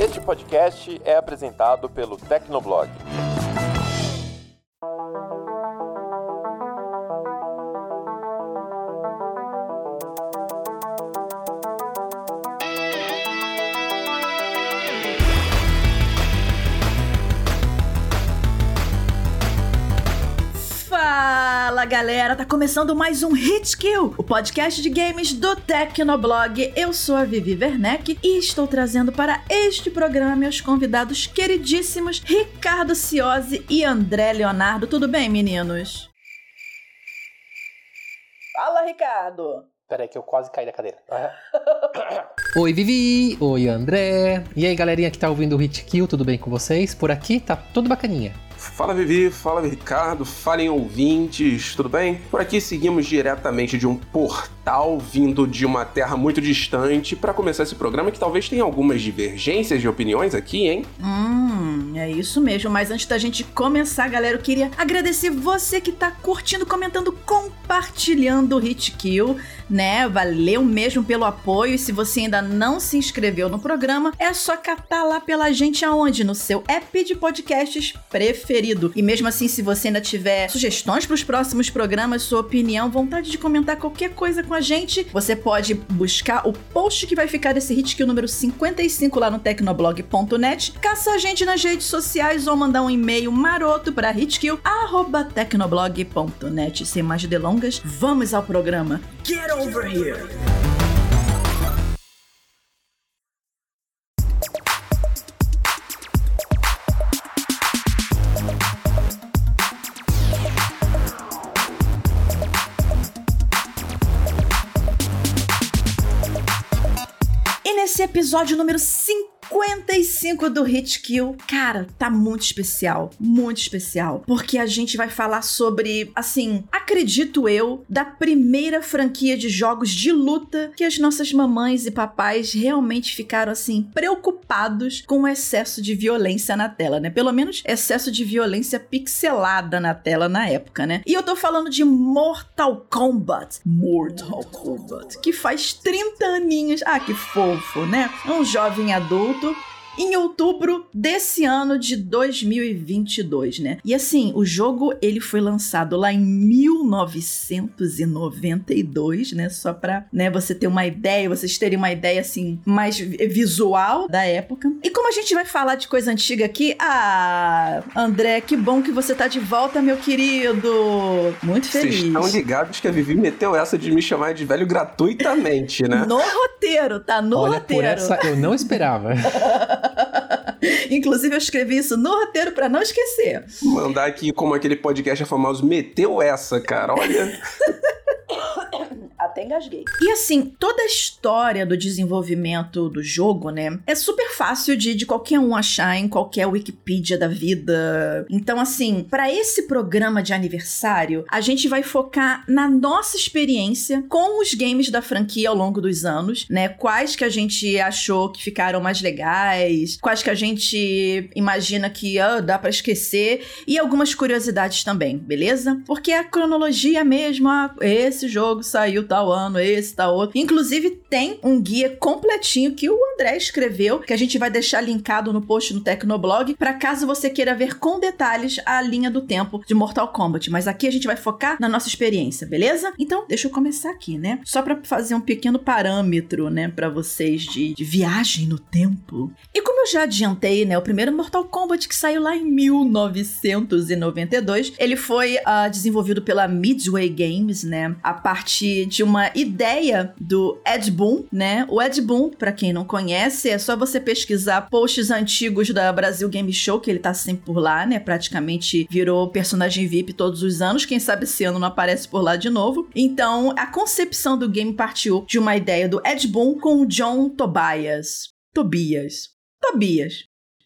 Este podcast é apresentado pelo Tecnoblog. Fala galera, tá começando mais um Hit Kill, o podcast de games do Tecnoblog. Eu sou a Vivi Werneck e estou trazendo para este programa meus convidados queridíssimos Ricardo Ciosi e André Leonardo. Tudo bem, meninos? Fala, Ricardo! Peraí que eu quase caí da cadeira. Oi, Vivi! Oi, André! E aí, galerinha que tá ouvindo o Hit Kill, tudo bem com vocês? Por aqui tá tudo bacaninha. Fala Vivi, fala Ricardo, falem ouvintes, tudo bem? Por aqui seguimos diretamente de um portal vindo de uma terra muito distante para começar esse programa que talvez tenha algumas divergências de opiniões aqui, hein? É isso mesmo, mas antes da gente começar, galera, eu queria agradecer você que tá curtindo, comentando, compartilhando o Hit Kill, né? Valeu mesmo pelo apoio, e se você ainda não se inscreveu no programa, é só catar lá pela gente aonde? No seu app de podcasts preferido. E mesmo assim, se você ainda tiver sugestões pros próximos programas, sua opinião, vontade de comentar qualquer coisa com a gente, você pode buscar o post que vai ficar desse Hit Kill número 55 lá no tecnoblog.net, caçar a gente nas redes sociais ou mandar um e-mail maroto para hitkill@tecnoblog.net. Sem mais delongas, vamos ao programa. Get over here! E nesse episódio número 55 do Hit Kill, cara, tá muito especial, porque a gente vai falar sobre, assim, acredito eu, da primeira franquia de jogos de luta que as nossas mamães e papais realmente ficaram, assim, preocupados com o excesso de violência na tela, né? Pelo menos excesso de violência pixelada na tela na época, né? E eu tô falando de Mortal Kombat, que faz 30 aninhos, que fofo, né? Um jovem adulto, em outubro desse ano de 2022, né? E assim, o jogo, ele foi lançado lá em 1992, né? Só pra, né, você ter uma ideia, vocês terem uma ideia, assim, mais visual da época. E como a gente vai falar de coisa antiga aqui, André, que bom que você tá de volta, meu querido! Muito feliz. Vocês estão ligados que a Vivi meteu essa de me chamar de velho gratuitamente, né? No roteiro, tá? Olha, roteiro. por essa eu não esperava. Inclusive eu escrevi isso no roteiro pra não esquecer. Mandar aqui como aquele podcast famoso, meteu essa, cara, olha... Até engasguei. E assim, toda a história do desenvolvimento do jogo, né, é super fácil de qualquer um achar em qualquer Wikipedia da vida. Então, assim, pra esse programa de aniversário, a gente vai focar na nossa experiência com os games da franquia ao longo dos anos, né, quais que a gente achou que ficaram mais legais, quais que a gente imagina que dá pra esquecer, e algumas curiosidades também, beleza? Porque a cronologia mesmo, esse jogo saiu tal ano, esse, tal outro. Inclusive, tem um guia completinho que o André escreveu, que a gente vai deixar linkado no post no Tecnoblog, para caso você queira ver com detalhes a linha do tempo de Mortal Kombat. Mas aqui a gente vai focar na nossa experiência, beleza? Então, deixa eu começar aqui, né? Só para fazer um pequeno parâmetro, né, para vocês de viagem no tempo. E como eu já adiantei, né, o primeiro Mortal Kombat que saiu lá em 1992, ele foi desenvolvido pela Midway Games, né, a partir de uma ideia do Ed Boon, né? O Ed Boon, pra quem não conhece, é só você pesquisar posts antigos da Brasil Game Show, que ele tá sempre por lá, né? Praticamente virou personagem VIP todos os anos. Quem sabe esse ano não aparece por lá de novo. Então, a concepção do game partiu de uma ideia do Ed Boon com o John Tobias.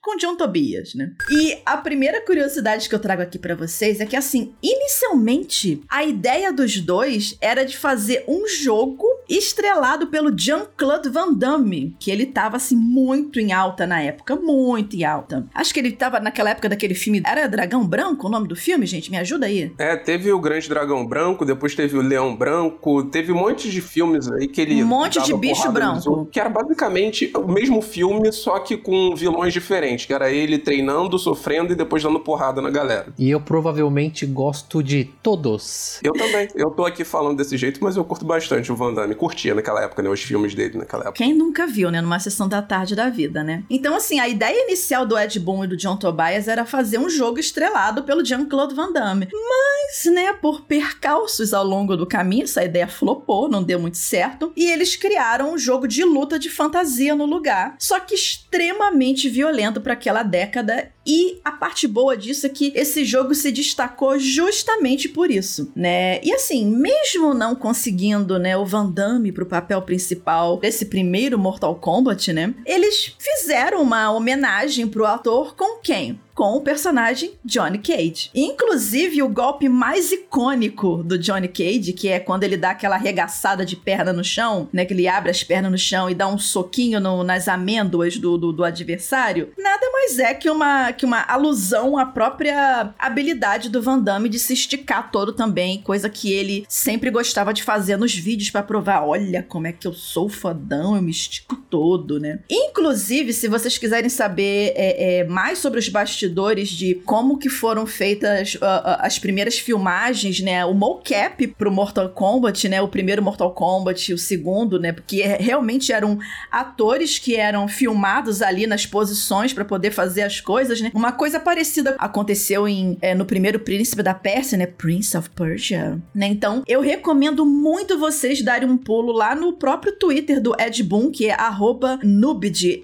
com John Tobias, né? E a primeira curiosidade que eu trago aqui pra vocês é que, assim, inicialmente, a ideia dos dois era de fazer um jogo estrelado pelo Jean-Claude Van Damme, que ele tava, assim, muito em alta na época, muito em alta. Acho que ele tava naquela época daquele filme, era Dragão Branco o nome do filme, gente? Me ajuda aí. Teve o Grande Dragão Branco, depois teve o Leão Branco, teve um monte de filmes aí que ele... Um monte de bicho branco. Que era basicamente o mesmo filme, só que com vilões diferentes, que era ele treinando, sofrendo e depois dando porrada na galera. E eu provavelmente gosto de todos. Eu também. Eu tô aqui falando desse jeito, mas eu curto bastante o Van Damme. Curtia naquela época, né? Os filmes dele naquela época. Quem nunca viu, né? Numa sessão da tarde da vida, né? Então, assim, a ideia inicial do Ed Boon e do John Tobias era fazer um jogo estrelado pelo Jean-Claude Van Damme. Mas, né, por percalços ao longo do caminho, essa ideia flopou, não deu muito certo. E eles criaram um jogo de luta de fantasia no lugar. Só que extremamente violento para aquela década. E a parte boa disso é que esse jogo se destacou justamente por isso, né? E assim, mesmo não conseguindo, né, o Van Damme pro papel principal desse primeiro Mortal Kombat, né? Eles fizeram uma homenagem pro ator com quem? Com o personagem Johnny Cage. Inclusive, o golpe mais icônico do Johnny Cage, que é quando ele dá aquela arregaçada de perna no chão, né? Que ele abre as pernas no chão e dá um soquinho nas amêndoas do adversário, nada mais é que uma alusão à própria habilidade do Van Damme de se esticar todo também, coisa que ele sempre gostava de fazer nos vídeos pra provar, olha como é que eu sou fodão, eu me estico todo, né? Inclusive, se vocês quiserem saber mais sobre os bastidores de como que foram feitas as primeiras filmagens, né? O mocap pro Mortal Kombat, né? O primeiro Mortal Kombat, o segundo, né? Porque realmente eram atores que eram filmados ali nas posições pra poder fazer as coisas, né? Uma coisa parecida aconteceu no primeiro Príncipe da Pérsia, né? Prince of Persia, né? Então, eu recomendo muito vocês darem um pulo lá no próprio Twitter do Ed Boon, que é @noobd,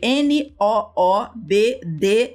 NOOBDE,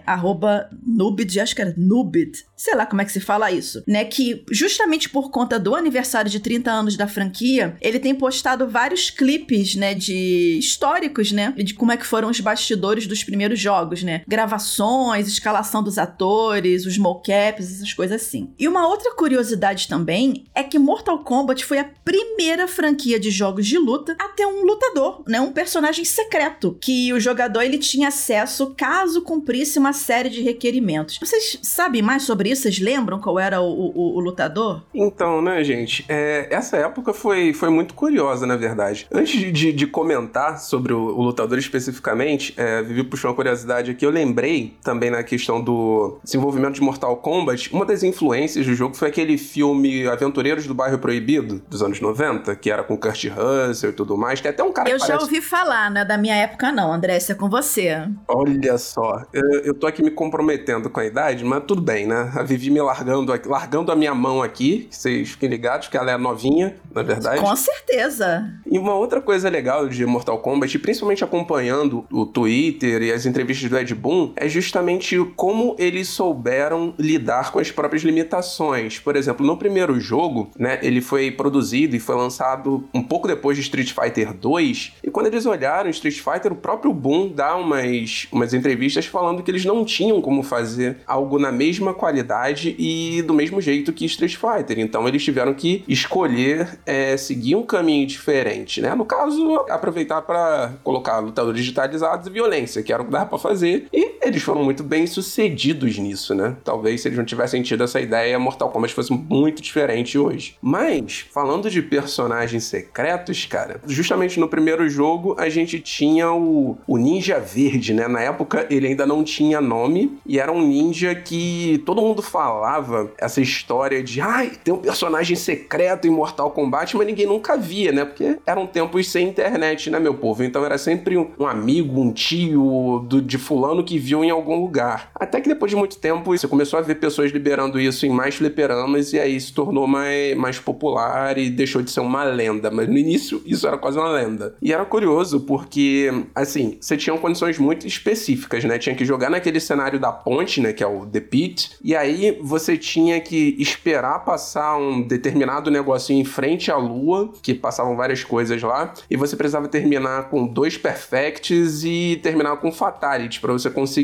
@noobd, acho que era Noobd, sei lá como é que se fala isso, né? Que justamente por conta do aniversário de 30 anos da franquia, ele tem postado vários clipes, né, de históricos, né, de como é que foram os bastidores dos primeiros jogos, né? Gravações, escalação dos atores, os mocaps, essas coisas assim. E uma outra curiosidade também é que Mortal Kombat foi a primeira franquia de jogos de luta a ter um lutador, né? Um personagem secreto, que o jogador ele tinha acesso caso cumprisse uma série de requerimentos. Vocês sabem mais sobre isso? Vocês lembram qual era o lutador? Então, né, gente, essa época foi muito curiosa, na verdade. Antes de comentar sobre o lutador especificamente, Vivi puxou uma curiosidade aqui, eu lembrei também na questão do desenvolvimento de Mortal Kombat, uma das influências do jogo foi aquele filme Aventureiros do Bairro Proibido, dos anos 90, que era com Kurt Russell e tudo mais. Tem até um cara que já ouvi falar, né? Da minha época não, André, isso é com você. Olha só, eu tô aqui me comprometendo com a idade, mas tudo bem, né? A Vivi me largando a minha mão aqui, que vocês fiquem ligados, que ela é novinha, na verdade. Com certeza. E uma outra coisa legal de Mortal Kombat, principalmente acompanhando o Twitter e as entrevistas do Ed Boon, é justamente como eles souberam lidar com as próprias limitações. Por exemplo, no primeiro jogo, né, ele foi produzido e foi lançado um pouco depois de Street Fighter 2, e quando eles olharam Street Fighter, o próprio Boon dá umas entrevistas falando que eles não tinham como fazer algo na mesma qualidade e do mesmo jeito que Street Fighter. Então eles tiveram que escolher seguir um caminho diferente, né? No caso, aproveitar para colocar lutadores digitalizados e violência, que era o que dava pra fazer. E eles foram muito bem sucedidos nisso, né? Talvez se eles não tivessem tido essa ideia, Mortal Kombat fosse muito diferente hoje. Mas, falando de personagens secretos, cara, justamente no primeiro jogo a gente tinha o Ninja Verde, né? Na época ele ainda não tinha nome e era um ninja que todo mundo falava essa história de tem um personagem secreto em Mortal Kombat, mas ninguém nunca via, né? Porque eram tempos sem internet, né, meu povo? Então era sempre um amigo, um tio de fulano que viu em algum lugar. Até que depois de muito tempo você começou a ver pessoas liberando isso em mais fliperamas e aí se tornou mais popular e deixou de ser uma lenda. Mas no início isso era quase uma lenda. E era curioso porque, assim, você tinha condições muito específicas, né? Tinha que jogar naquele cenário da ponte, né? Que é o The Pit. E aí você tinha que esperar passar um determinado negocinho em frente à lua, que passavam várias coisas lá, e você precisava terminar com 2 Perfects e terminar com Fatality pra você conseguir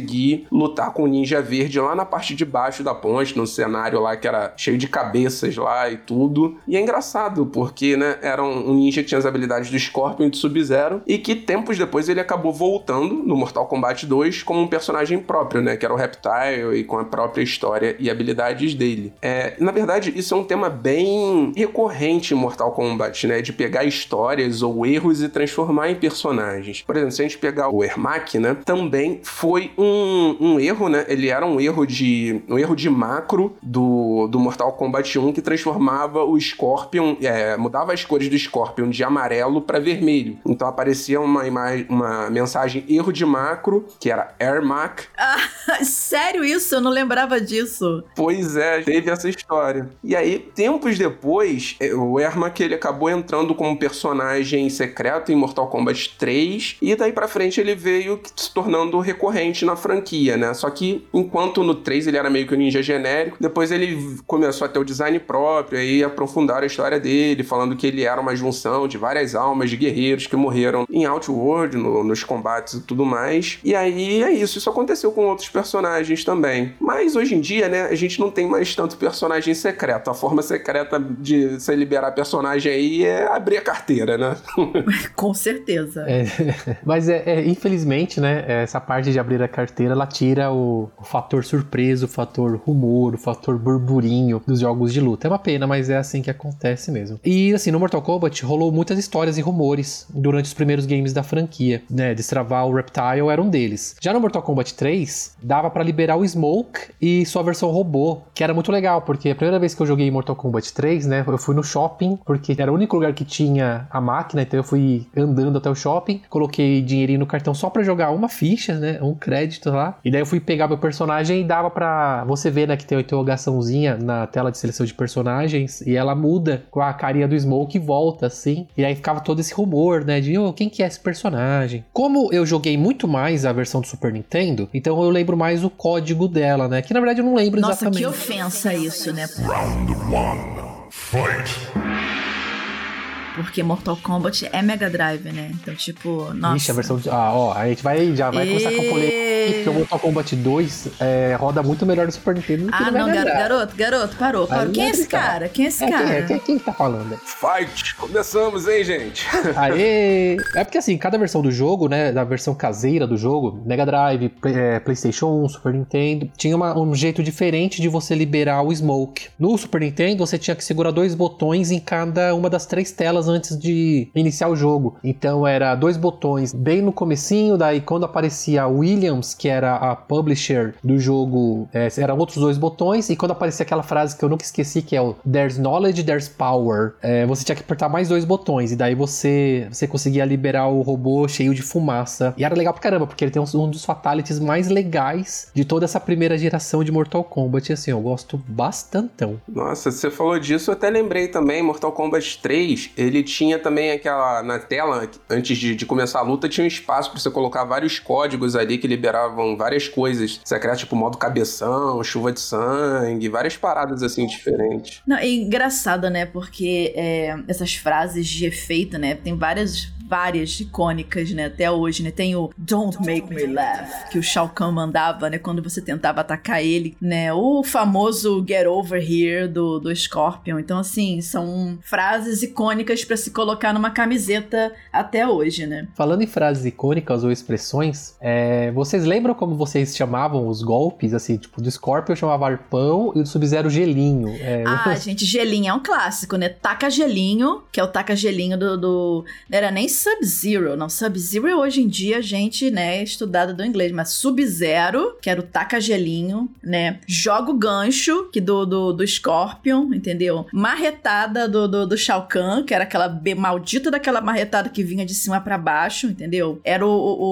conseguir lutar com o Ninja Verde lá na parte de baixo da ponte, no cenário lá que era cheio de cabeças lá e tudo. E é engraçado, porque, né, era um ninja que tinha as habilidades do Scorpion e do Sub-Zero, e que tempos depois ele acabou voltando no Mortal Kombat 2 como um personagem próprio, né, que era o Reptile e com a própria história e habilidades dele. Na verdade, isso é um tema bem recorrente em Mortal Kombat, né, de pegar histórias ou erros e transformar em personagens. Por exemplo, se a gente pegar o Ermac, né, também foi um erro, né, ele era um erro de macro do Mortal Kombat 1 que transformava o Scorpion, mudava as cores do Scorpion de amarelo para vermelho. Então aparecia uma mensagem erro de macro, que era Ermac. Ah, sério isso? Eu não lembrava disso. Pois é, teve essa história. E aí, tempos depois, o Ermac, ele acabou entrando como personagem secreto em Mortal Kombat 3, e daí pra frente ele veio se tornando recorrente na franquia, né? Só que, enquanto no 3 ele era meio que um ninja genérico, depois ele começou a ter o design próprio, aí aprofundaram a história dele, falando que ele era uma junção de várias almas de guerreiros que morreram em Outworld, nos combates e tudo mais. E aí é isso aconteceu com outros personagens também. Mas hoje em dia, né, a gente não tem mais tanto personagem secreto. A forma secreta de você liberar personagem aí é abrir a carteira, né? Com certeza. Mas infelizmente, né, essa parte de abrir a carteira, ela tira o fator surpresa, o fator rumor, o fator burburinho dos jogos de luta. É uma pena, mas é assim que acontece mesmo. E assim, no Mortal Kombat rolou muitas histórias e rumores durante os primeiros games da franquia, né? Destravar o Reptile era um deles. Já no Mortal Kombat 3, dava pra liberar o Smoke e sua versão robô, que era muito legal, porque a primeira vez que eu joguei Mortal Kombat 3, né, eu fui no shopping, porque era o único lugar que tinha a máquina, então eu fui andando até o shopping, coloquei dinheirinho no cartão só pra jogar uma ficha, né, um crédito lá, e daí eu fui pegar meu personagem e dava pra você ver, né, que tem uma interrogaçãozinha na tela de seleção de personagens, e ela muda com a carinha do Smoke e volta, assim, e aí ficava todo esse rumor, né, de quem que é esse personagem? Como eu joguei muito mais a versão do Super Nintendo, então eu lembro mais o código dela, né, que na verdade eu não lembro exatamente. Nossa, que ofensa isso, né? Round 1, fight! Porque Mortal Kombat é Mega Drive, né? Então, tipo, nossa. Ixi, a versão de... a gente já vai começar com polêmica, porque o Mortal Kombat 2 roda muito melhor no Super Nintendo do que no Mega Drive. Garoto, parou. Quem é esse cara? Quem tá falando? Fight! Começamos, hein, gente? Aê! É porque assim, cada versão do jogo, né, da versão caseira do jogo, Mega Drive, PlayStation 1, Super Nintendo, tinha um jeito diferente de você liberar o Smoke. No Super Nintendo, você tinha que segurar 2 botões em cada uma das 3 telas antes de iniciar o jogo. Então era 2 botões bem no comecinho, daí quando aparecia a Williams, que era a publisher do jogo, eram outros 2 botões, e quando aparecia aquela frase que eu nunca esqueci, que é o There's Knowledge, There's Power, você tinha que apertar mais 2 botões, e daí você conseguia liberar o robô cheio de fumaça. E era legal pra caramba, porque ele tem um dos fatalities mais legais de toda essa primeira geração de Mortal Kombat, e assim, eu gosto bastantão. Nossa, você falou disso, eu até lembrei também, Mortal Kombat 3, ele tinha também aquela, na tela, antes de começar a luta, tinha um espaço pra você colocar vários códigos ali que liberavam várias coisas secretas, tipo modo cabeção, chuva de sangue, várias paradas assim diferentes. Não, é engraçado, né, porque essas frases de efeito, né, tem várias icônicas, né, até hoje, né, tem o Don't Make Me Laugh, que o Shao Kahn mandava, né, quando você tentava atacar ele, né, o famoso Get Over Here do Scorpion. Então, assim, são frases icônicas pra se colocar numa camiseta até hoje, né. Falando em frases icônicas ou expressões, vocês lembram como vocês chamavam os golpes, assim, tipo, do Scorpion eu chamava arpão e do Sub-Zero gelinho. Gente, gelinho é um clássico, né, taca gelinho, que é o taca gelinho do não era nem Sub-Zero, não, Sub-Zero hoje em dia a gente, né, é estudado do inglês, mas Sub-Zero, que era o taca-gelinho, né, joga o gancho, que do Scorpion, entendeu? Marretada do Shao Kahn, que era aquela maldita daquela marretada que vinha de cima pra baixo, entendeu? Era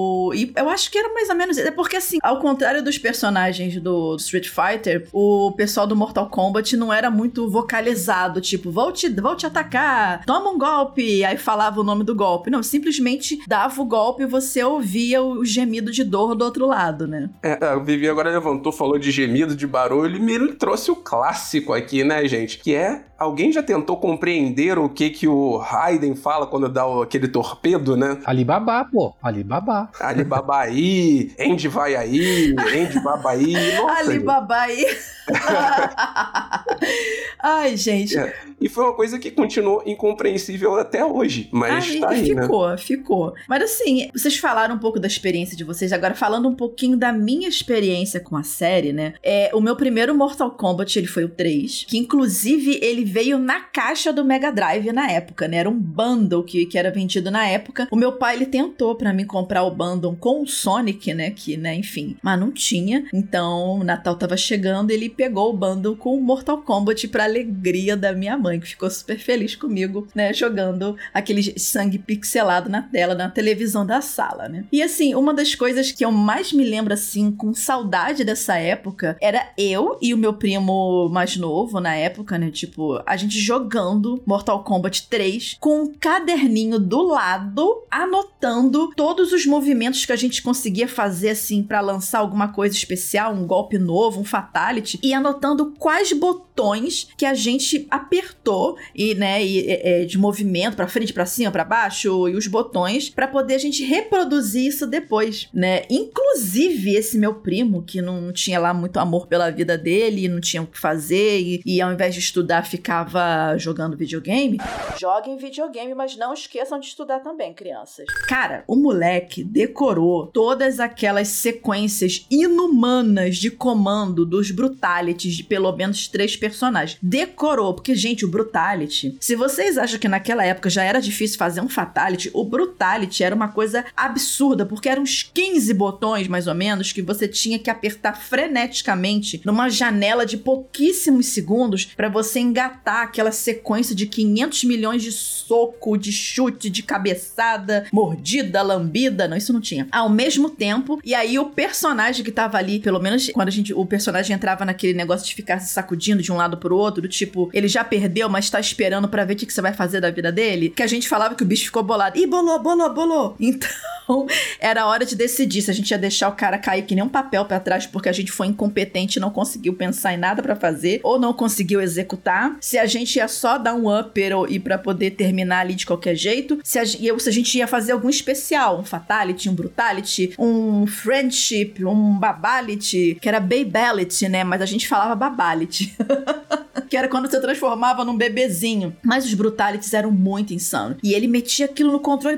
e eu acho que era mais ou menos, porque assim, ao contrário dos personagens do Street Fighter, o pessoal do Mortal Kombat não era muito vocalizado, tipo, vou te atacar, toma um golpe, aí falava o nome do golpe. Não, simplesmente dava o golpe e você ouvia o gemido de dor do outro lado, né? O Vivi agora levantou, falou de gemido, de barulho, e me trouxe o clássico aqui, né, gente? Que é Alguém já tentou compreender o que o Raiden fala quando dá aquele torpedo, né? Alibaba, pô. Alibaba. Alibaba aí, Andy vai aí, Andy baba aí. Nossa, Alibaba aí. Ai, gente. E foi uma coisa que continuou incompreensível até hoje, mas tá aí, ficou. Mas assim, vocês falaram um pouco da experiência de vocês, agora falando um pouquinho da minha experiência com a série, né? O meu primeiro Mortal Kombat, ele foi o 3, que inclusive ele veio na caixa do Mega Drive na época, né? Era um bundle que era vendido na época. O meu pai, ele tentou pra mim comprar o bundle com o Sonic, né? Enfim, mas não tinha. Então, o Natal tava chegando, ele pegou o bundle com o Mortal Kombat pra alegria da minha mãe, que ficou super feliz comigo, né, jogando aquele sangue pixelado na tela, na televisão da sala, né. E assim, uma das coisas que eu mais me lembro, assim, com saudade dessa época, era eu e o meu primo mais novo na época, né, tipo, a gente jogando Mortal Kombat 3 com um caderninho do lado, anotando todos os movimentos que a gente conseguia fazer, assim, pra lançar alguma coisa especial, um golpe novo, um fatality, e anotando quais botões que a gente apertou e, né, de movimento pra frente, pra cima, pra baixo, e os botões pra poder a gente reproduzir isso depois, né? Inclusive, esse meu primo, que não tinha lá muito amor pela vida dele, não tinha o que fazer, e ao invés de estudar, ficava jogando videogame. Joguem videogame, mas não esqueçam de estudar também, crianças. Cara, o moleque decorou todas aquelas sequências inumanas de comando dos Brutalities de pelo menos 3 personagens. Decorou, porque, gente, o Brutality, se vocês acham que naquela época já era difícil fazer um Fatality, o Brutality era uma coisa absurda, porque eram uns 15 botões, mais ou menos, que você tinha que apertar freneticamente numa janela de pouquíssimos segundos pra você engatar aquela sequência de 500 milhões de soco, de chute, de cabeçada, mordida, lambida, não, isso não tinha. Ao mesmo tempo, e aí o personagem que tava ali, pelo menos quando o personagem entrava naquele negócio de ficar se sacudindo de um lado pro outro, do tipo, ele já perdeu, mas tá esperando pra ver o que você vai fazer da vida dele, que a gente falava que o bicho ficou bolado. Ih, bolou. Então, era hora de decidir se a gente ia deixar o cara cair que nem um papel pra trás porque a gente foi incompetente e não conseguiu pensar em nada pra fazer, ou não conseguiu executar, se a gente ia só dar um upper ou ir pra poder terminar ali de qualquer jeito, se a gente ia fazer algum especial, um Fatality, um Brutality, um Friendship, um Babality, que era Babality, né? Mas a gente falava Babality. Que era quando você transformava num bebezinho. Mas os Brutalities eram muito insanos. E ele metia aquilo no controle,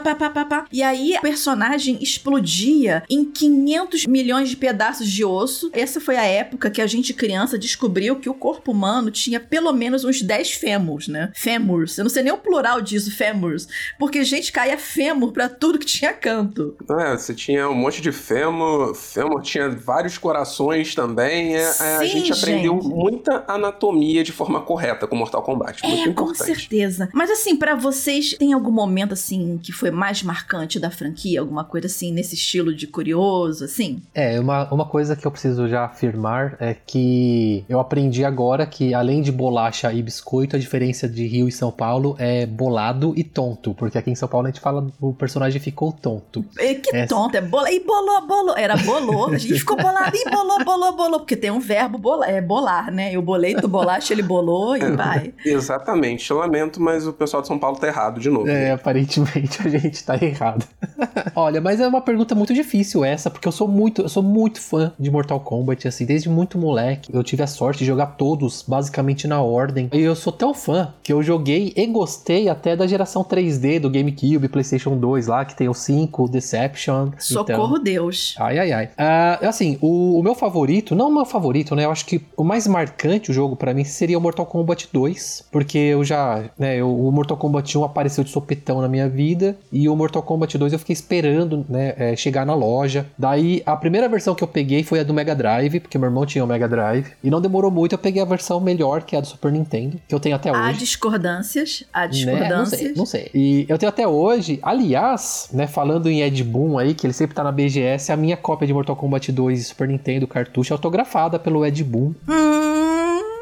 e aí o personagem explodia em 500 milhões de pedaços de osso. Essa foi a época que a gente, criança, descobriu que o corpo humano tinha pelo menos uns 10 fêmurs, né? Fêmurs. Eu não sei nem o plural disso, fêmurs. Porque, gente, caía fêmur pra tudo que tinha canto. Você tinha um monte de fêmur tinha vários corações também. Sim, a gente aprendeu muita anatomia de forma correta com Mortal Kombat. Muito importante. Com certeza. Mas assim, pra vocês, tem algum momento assim que foi mais marcante da franquia? Alguma coisa assim, nesse estilo de curioso, assim? Uma coisa que eu preciso já afirmar é que eu aprendi agora que além de bolacha e biscoito, a diferença de Rio e São Paulo é bolado e tonto. Porque aqui em São Paulo a gente fala o personagem ficou tonto. Tonto, é bola. E bolou. Era bolou. A gente ficou bolado e bolou. Porque tem um verbo bolar, né? Eu bolei, tu bolaste, ele bolou e vai. Exatamente. Eu lamento, mas o pessoal de São Paulo tá errado de novo. Aparentemente a gente tá errado. Olha, mas é uma pergunta muito difícil essa, porque eu sou muito fã de Mortal Kombat, assim, desde muito moleque. Eu tive a sorte de jogar todos, basicamente na ordem. E eu sou tão fã que eu joguei e gostei até da geração 3D do GameCube, PlayStation 2 lá, que tem o 5, Deception. Socorro, então... Deus. Ai. Assim, o meu favorito, não o meu favorito, né? Eu acho que o mais marcante o jogo pra mim seria o Mortal Kombat 2, porque eu já, né, o Mortal Kombat 1 apareceu de sopetão na minha vida, e o Mortal Kombat 2 eu fiquei esperando, né, chegar na loja. Daí, a primeira versão que eu peguei foi a do Mega Drive, porque meu irmão tinha o Mega Drive, e não demorou muito, eu peguei a versão melhor, que é a do Super Nintendo, que eu tenho até hoje. Há discordâncias. Né? Não sei. E eu tenho até hoje, aliás, né, falando em Ed Boon aí, que ele sempre tá na BGS, a minha cópia de Mortal Kombat 2 e Super Nintendo cartucho autografada pelo Ed Boon.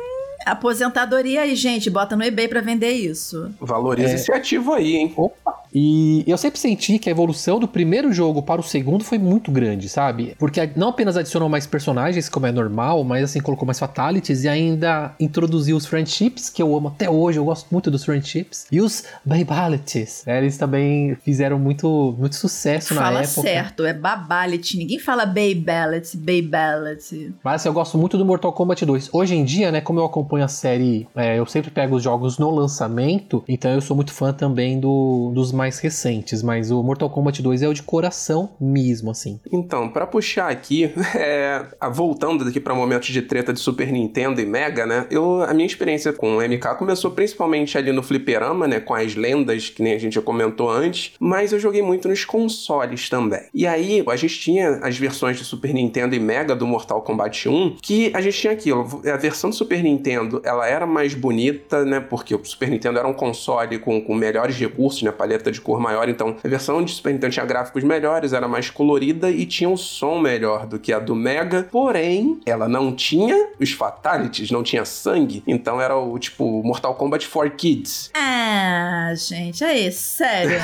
Aposentadoria aí, gente. Bota no eBay pra vender isso. Valoriza esse ativo aí, hein? Opa! E eu sempre senti que a evolução do primeiro jogo para o segundo foi muito grande, sabe? Porque não apenas adicionou mais personagens, como é normal, mas assim, colocou mais fatalities e ainda introduziu os friendships, que eu amo até hoje, eu gosto muito dos friendships. E os babalities, eles também fizeram muito sucesso na época. Fala certo, é babality, ninguém fala babality. Mas assim, eu gosto muito do Mortal Kombat 2. Hoje em dia, né, como eu acompanho a série, eu sempre pego os jogos no lançamento, então eu sou muito fã também dos mais recentes, mas o Mortal Kombat 2 é o de coração mesmo, assim. Então, pra puxar aqui, voltando daqui pra momentos de treta de Super Nintendo e Mega, né, a minha experiência com o MK começou principalmente ali no fliperama, né, com as lendas, que nem a gente já comentou antes, mas eu joguei muito nos consoles também. E aí, a gente tinha as versões de Super Nintendo e Mega do Mortal Kombat 1, que a gente tinha aquilo, a versão do Super Nintendo, ela era mais bonita, né, porque o Super Nintendo era um console com melhores recursos, né, paleta de cor maior, então a versão de Super Nintendo tinha gráficos melhores, era mais colorida e tinha um som melhor do que a do Mega, porém, ela não tinha os fatalities, não tinha sangue, então era o tipo Mortal Kombat for Kids. Ah, gente, aí, sério.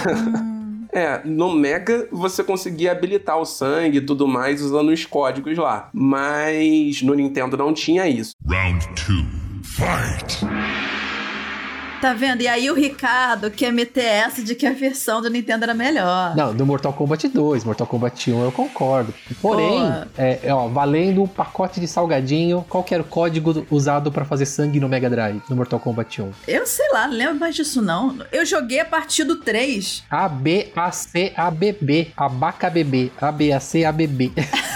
No Mega você conseguia habilitar o sangue e tudo mais usando os códigos lá, mas no Nintendo não tinha isso. Round 2, fight! Tá vendo? E aí o Ricardo quer meter essa de que a versão do Nintendo era melhor. Não, do Mortal Kombat 2, Mortal Kombat 1 eu concordo. Porém, valendo um pacote de salgadinho, qual que era o código usado pra fazer sangue no Mega Drive, no Mortal Kombat 1? Eu sei lá, não lembro mais disso não. Eu joguei a partir do 3. ABACABB, ABACABB, ABACABB.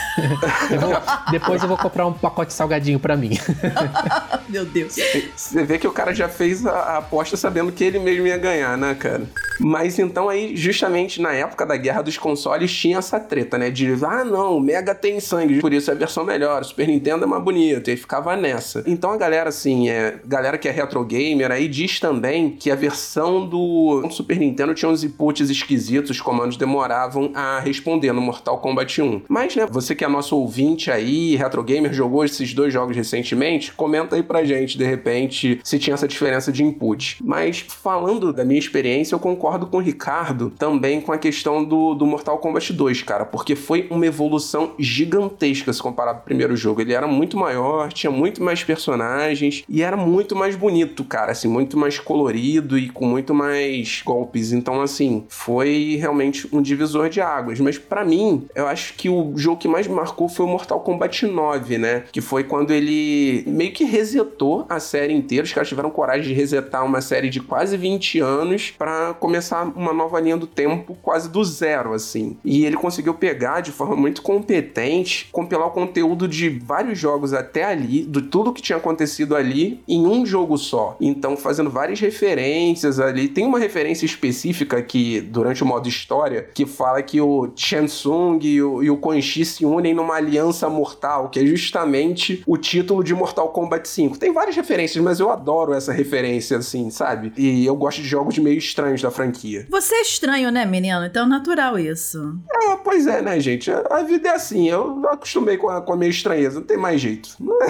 Depois eu vou comprar um pacote de salgadinho pra mim. Meu Deus. Você vê que o cara já fez a aposta sabendo que ele mesmo ia ganhar, né, cara? Mas então aí, justamente na época da guerra dos consoles, tinha essa treta, né? De, não, o Mega tem sangue, por isso é a versão melhor, o Super Nintendo é mais bonito, e aí ficava nessa. Então a galera, assim, galera que é retro gamer aí diz também que a versão do Super Nintendo tinha uns inputs esquisitos, os comandos demoravam a responder no Mortal Kombat 1. Mas, né, você que é nosso ouvinte aí, retro gamer, jogou esses dois jogos recentemente, comenta aí pra gente, de repente, se tinha essa diferença de input. Mas, falando da minha experiência, eu concordo com o Ricardo também com a questão do Mortal Kombat 2, cara, porque foi uma evolução gigantesca se comparado ao primeiro jogo. Ele era muito maior, tinha muito mais personagens e era muito mais bonito, cara, assim, muito mais colorido e com muito mais golpes. Então, assim, foi realmente um divisor de águas. Mas pra mim, eu acho que o jogo que mais me marcou foi o Mortal Kombat 9, né? Que foi quando ele meio que resetou a série inteira. Os caras tiveram coragem de resetar uma série de quase 20 anos pra começar uma nova linha do tempo quase do zero, assim. E ele conseguiu pegar de forma muito competente, compilar o conteúdo de vários jogos até ali, de tudo que tinha acontecido ali, em um jogo só. Então, fazendo várias referências ali. Tem uma referência específica que, durante o modo história, que fala que o Shang Tsung e o Quan Chi se unem numa aliança mortal, que é justamente o título de Mortal Kombat 5. Tem várias referências, mas eu adoro essa referência, assim, sabe? E eu gosto de jogos meio estranhos da franquia. Você é estranho, né, menino? Então é natural isso. Pois é, né, gente? A vida é assim. Eu acostumei com a minha estranheza. Não tem mais jeito.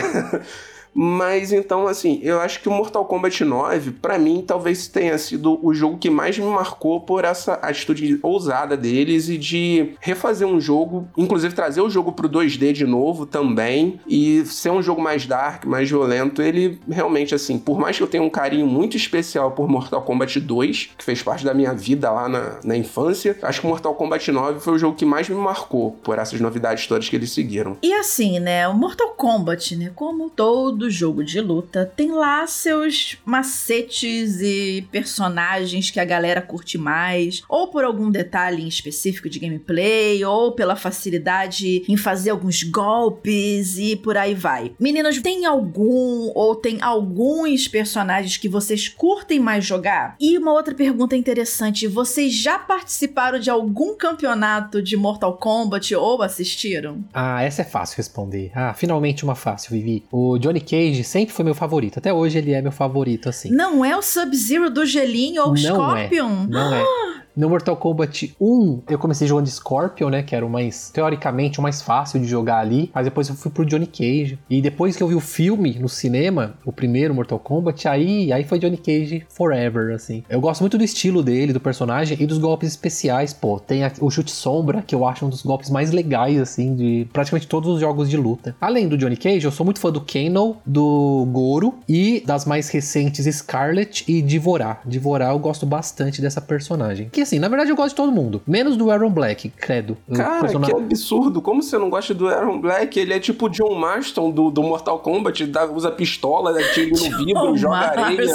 Mas então, assim, eu acho que o Mortal Kombat 9, pra mim, talvez tenha sido o jogo que mais me marcou por essa atitude ousada deles e de refazer um jogo, inclusive trazer o jogo pro 2D de novo também, e ser um jogo mais dark, mais violento. Ele realmente, assim, por mais que eu tenha um carinho muito especial por Mortal Kombat 2, que fez parte da minha vida lá na infância, acho que o Mortal Kombat 9 foi o jogo que mais me marcou por essas novidades todas que eles seguiram. E assim, né, o Mortal Kombat, né, como todo jogo de luta, tem lá seus macetes e personagens que a galera curte mais, ou por algum detalhe em específico de gameplay, ou pela facilidade em fazer alguns golpes e por aí vai. Meninos, tem algum ou tem alguns personagens que vocês curtem mais jogar? E uma outra pergunta interessante, vocês já participaram de algum campeonato de Mortal Kombat ou assistiram? Essa é fácil responder. Finalmente uma fácil, Vivi. O Johnny Cage sempre foi meu favorito. Até hoje ele é meu favorito, assim. Não é o Sub-Zero do gelinho ou o Scorpion? Não é. No Mortal Kombat 1, eu comecei jogando Scorpion, né? Que era o mais, teoricamente, o mais fácil de jogar ali. Mas depois eu fui pro Johnny Cage. E depois que eu vi o filme no cinema, o primeiro Mortal Kombat, aí foi Johnny Cage forever, assim. Eu gosto muito do estilo dele, do personagem e dos golpes especiais, pô. Tem o chute sombra, que eu acho um dos golpes mais legais, assim, de praticamente todos os jogos de luta. Além do Johnny Cage, eu sou muito fã do Kano, do Goro e das mais recentes Scarlet e Dvorar. Dvorar eu gosto bastante dessa personagem. Que assim, na verdade eu gosto de todo mundo, menos do Aaron Black, credo. Cara, que absurdo. Como você não gosta do Aaron Black? Ele é tipo o John Marston do Mortal Kombat, usa pistola, atira no vidro, joga areia.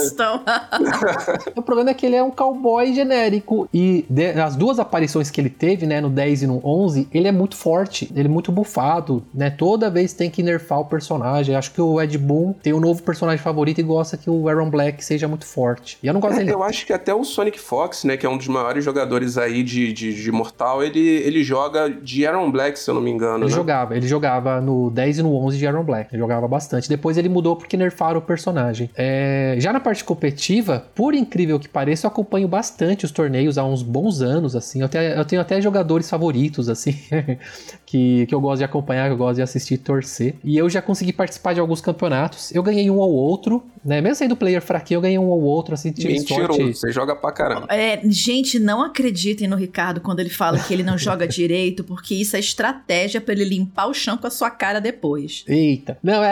O problema é que ele é um cowboy genérico e as duas aparições que ele teve, né, no 10 e no 11, ele é muito forte, ele é muito buffado, né, toda vez tem que nerfar o personagem. Acho que o Ed Boon tem um novo personagem favorito e gosta que o Aaron Black seja muito forte. E eu não gosto dele. Eu acho que até o Sonic Fox, né, que é um dos maiores jogadores aí de Mortal, ele joga de Aaron Black, se eu não me engano, Ele jogava no 10 e no 11 de Aaron Black, ele jogava bastante. Depois ele mudou porque nerfaram o personagem. Já na parte competitiva, por incrível que pareça, eu acompanho bastante os torneios há uns bons anos, assim. Eu tenho até jogadores favoritos, assim, que eu gosto de acompanhar, que eu gosto de assistir e torcer. E eu já consegui participar de alguns campeonatos. Eu ganhei um ou outro, né? Mesmo sendo player fraquinho, eu ganhei um ou outro, assim, tive sorte. Você joga pra caramba. Gente, não acreditem no Ricardo quando ele fala que ele não joga direito, porque isso é estratégia pra ele limpar o chão com a sua cara depois. Eita. Não,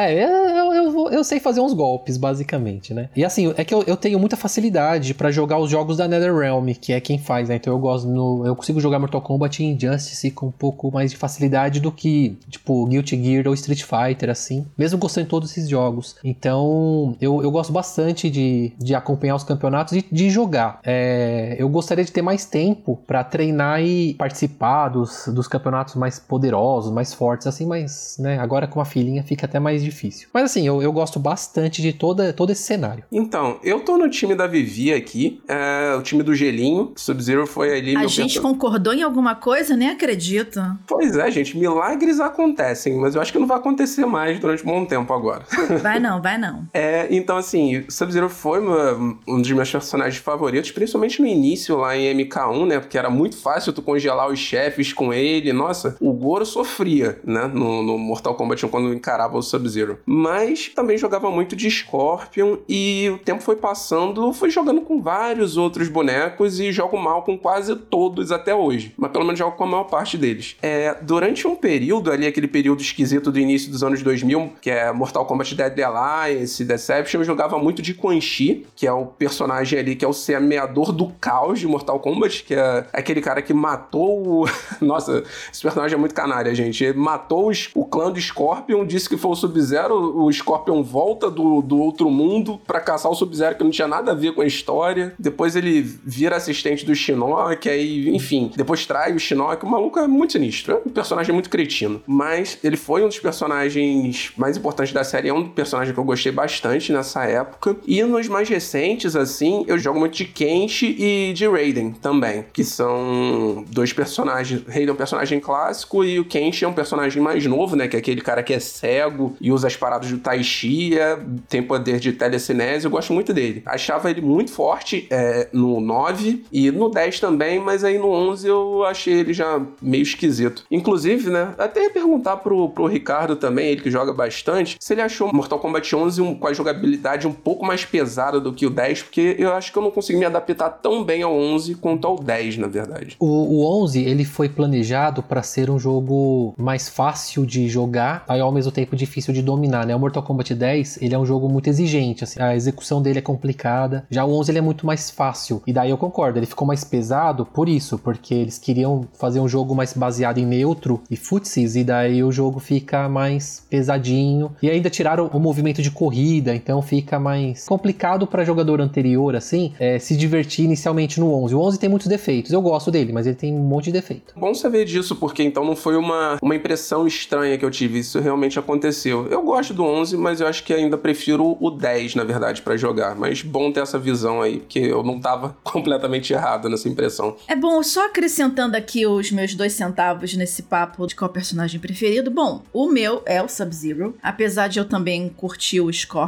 eu sei fazer uns golpes, basicamente, né? E assim, é que eu tenho muita facilidade pra jogar os jogos da NetherRealm, que é quem faz, né? Então eu consigo jogar Mortal Kombat e Injustice com um pouco mais de facilidade do que, tipo, Guilty Gear ou Street Fighter, assim. Mesmo gostando de todos esses jogos. Então, eu gosto bastante de acompanhar os campeonatos e de jogar. Eu gostaria de ter mais tempo pra treinar e participar dos campeonatos mais poderosos, mais fortes, assim, mas, né, agora com a filhinha fica até mais difícil. Mas assim, eu gosto bastante de todo esse cenário. Então, eu tô no time da Vivi aqui, o time do Gelinho, Sub-Zero foi ali... A gente concordou em alguma coisa? Nem acredito. Pois é, gente, milagres acontecem, mas eu acho que não vai acontecer mais durante um bom tempo agora. Vai não. Então assim, Sub-Zero foi um dos meus personagens favoritos, principalmente no início lá em MK1, né, porque era muito fácil tu congelar os chefes com ele. Nossa, o Goro sofria, né, no Mortal Kombat 1 quando encarava o Sub-Zero. Mas também jogava muito de Scorpion e o tempo foi passando, fui jogando com vários outros bonecos e jogo mal com quase todos até hoje. Mas pelo menos jogo com a maior parte deles. Durante um período ali, aquele período esquisito do início dos anos 2000, que é Mortal Kombat Deadly Alliance, Deception, eu jogava muito de Quan Chi, que é o personagem ali que é o semeador do caos de Mortal Kombat, que é aquele cara que matou o... Nossa, esse personagem é muito canalha, gente. Ele matou o clã do Scorpion, disse que foi o Sub-Zero, o Scorpion volta do outro mundo pra caçar o Sub-Zero, que não tinha nada a ver com a história. Depois ele vira assistente do Shinnok, aí, enfim, depois trai o Shinnok. O maluco é muito sinistro, é um personagem muito cretino. Mas ele foi um dos personagens mais importantes da série, é um personagem que eu gostei bastante nessa época. E nos mais recentes, assim, eu jogo muito de Kenshi e de Raiden também, que são dois personagens. Raiden é um personagem clássico e o Kenshi é um personagem mais novo, né, que é aquele cara que é cego e usa as paradas do Tai Chi, tem poder de telecinese. Eu gosto muito dele. Achava ele muito forte no 9 e no 10 também, mas aí no 11 eu achei ele já meio esquisito. Inclusive, né, até ia perguntar pro Ricardo também, ele que joga bastante, se ele achou Mortal Kombat 11 com a jogabilidade um pouco mais pesada do que o 10, porque eu acho que eu não consegui me adaptar tão bem ao 11 quanto ao 10, na verdade. O 11, ele foi planejado para ser um jogo mais fácil de jogar, aí ao mesmo tempo difícil de dominar, né? O Mortal Kombat 10, ele é um jogo muito exigente, assim, a execução dele é complicada. Já o 11, ele é muito mais fácil. E daí eu concordo, ele ficou mais pesado por isso, porque eles queriam fazer um jogo mais baseado em neutro e footsies, e daí o jogo fica mais pesadinho. E ainda tiraram o movimento de corrida, então fica mais complicado para jogador anterior, assim, se divertir inicialmente no 11. O 11 tem muitos defeitos, eu gosto dele, mas ele tem um monte de defeito. Bom saber disso, porque então não foi uma impressão estranha que eu tive, isso realmente aconteceu. Eu gosto do 11, mas eu acho que ainda prefiro o 10, na verdade, pra jogar. Mas bom ter essa visão aí, porque eu não tava completamente errado nessa impressão. É bom, só acrescentando aqui os meus 2 centavos nesse papo de qual personagem preferido. Bom, o meu é o Sub-Zero, apesar de eu também curtir o Scorpion, mas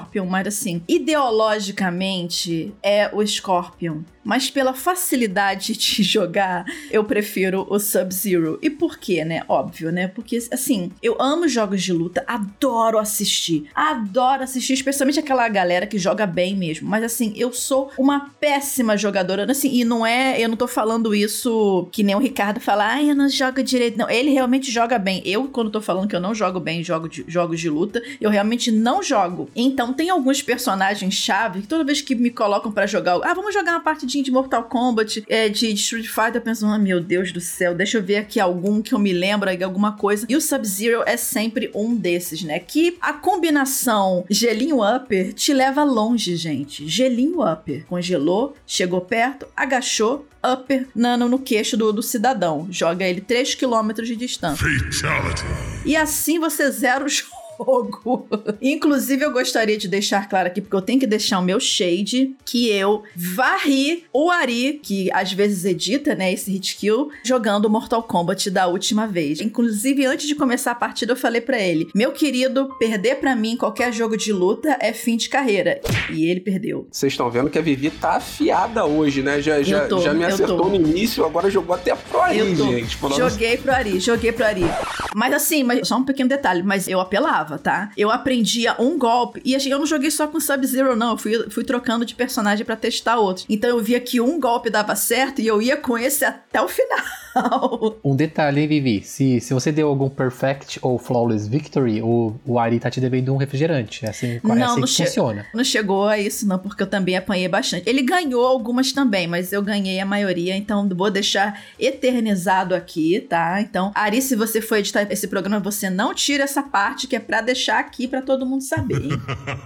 assim, ideologicamente é o Scorpion. Mas pela facilidade de jogar, eu prefiro o Sub-Zero. E por quê, né? Óbvio, né? Porque, assim, eu amo jogos de luta, adoro assistir, especialmente aquela galera que joga bem mesmo. Mas, assim, eu sou uma péssima jogadora, assim, e não é, eu não tô falando isso que nem o Ricardo fala, eu não jogo direito. Não, ele realmente joga bem. Eu, quando tô falando que eu não jogo bem jogos de luta, eu realmente não jogo. Então, tem alguns personagens-chave que toda vez que me colocam pra jogar, vamos jogar uma partidinha de Mortal Kombat, de Street Fighter, eu penso, meu Deus do céu, deixa eu ver aqui algum que eu me lembro, alguma coisa. E o Sub-Zero é sempre um desses, né? Que a combinação gelinho upper te leva longe, gente. Gelinho upper. Congelou, chegou perto, agachou, upper, nano no queixo do cidadão. Joga ele 3 km de distância. Fatality. E assim você zera o jogo. Inclusive, eu gostaria de deixar claro aqui, porque eu tenho que deixar o meu shade, que eu varri o Ari, que às vezes edita, né, esse hit kill, jogando Mortal Kombat da última vez. Inclusive, antes de começar a partida, eu falei pra ele, meu querido, perder pra mim qualquer jogo de luta é fim de carreira. E ele perdeu. Vocês estão vendo que a Vivi tá afiada hoje, né? Já me acertou no início, agora jogou até pro Ari, gente. Joguei pro Ari. Mas assim, só um pequeno detalhe, mas eu apelava, tá? Eu aprendia um golpe, e eu não joguei só com Sub-Zero, não, eu fui trocando de personagem pra testar outros. Então eu via que um golpe dava certo e eu ia com esse até o final. Um detalhe, hein, Vivi? Se você deu algum Perfect ou Flawless Victory, o Ari tá te devendo um refrigerante. É assim que funciona. Não chegou a isso, não, porque eu também apanhei bastante. Ele ganhou algumas também, mas eu ganhei a maioria, então vou deixar eternizado aqui, tá? Então, Ari, se você for editar esse programa, você não tira essa parte que é pra deixar aqui pra todo mundo saber, hein?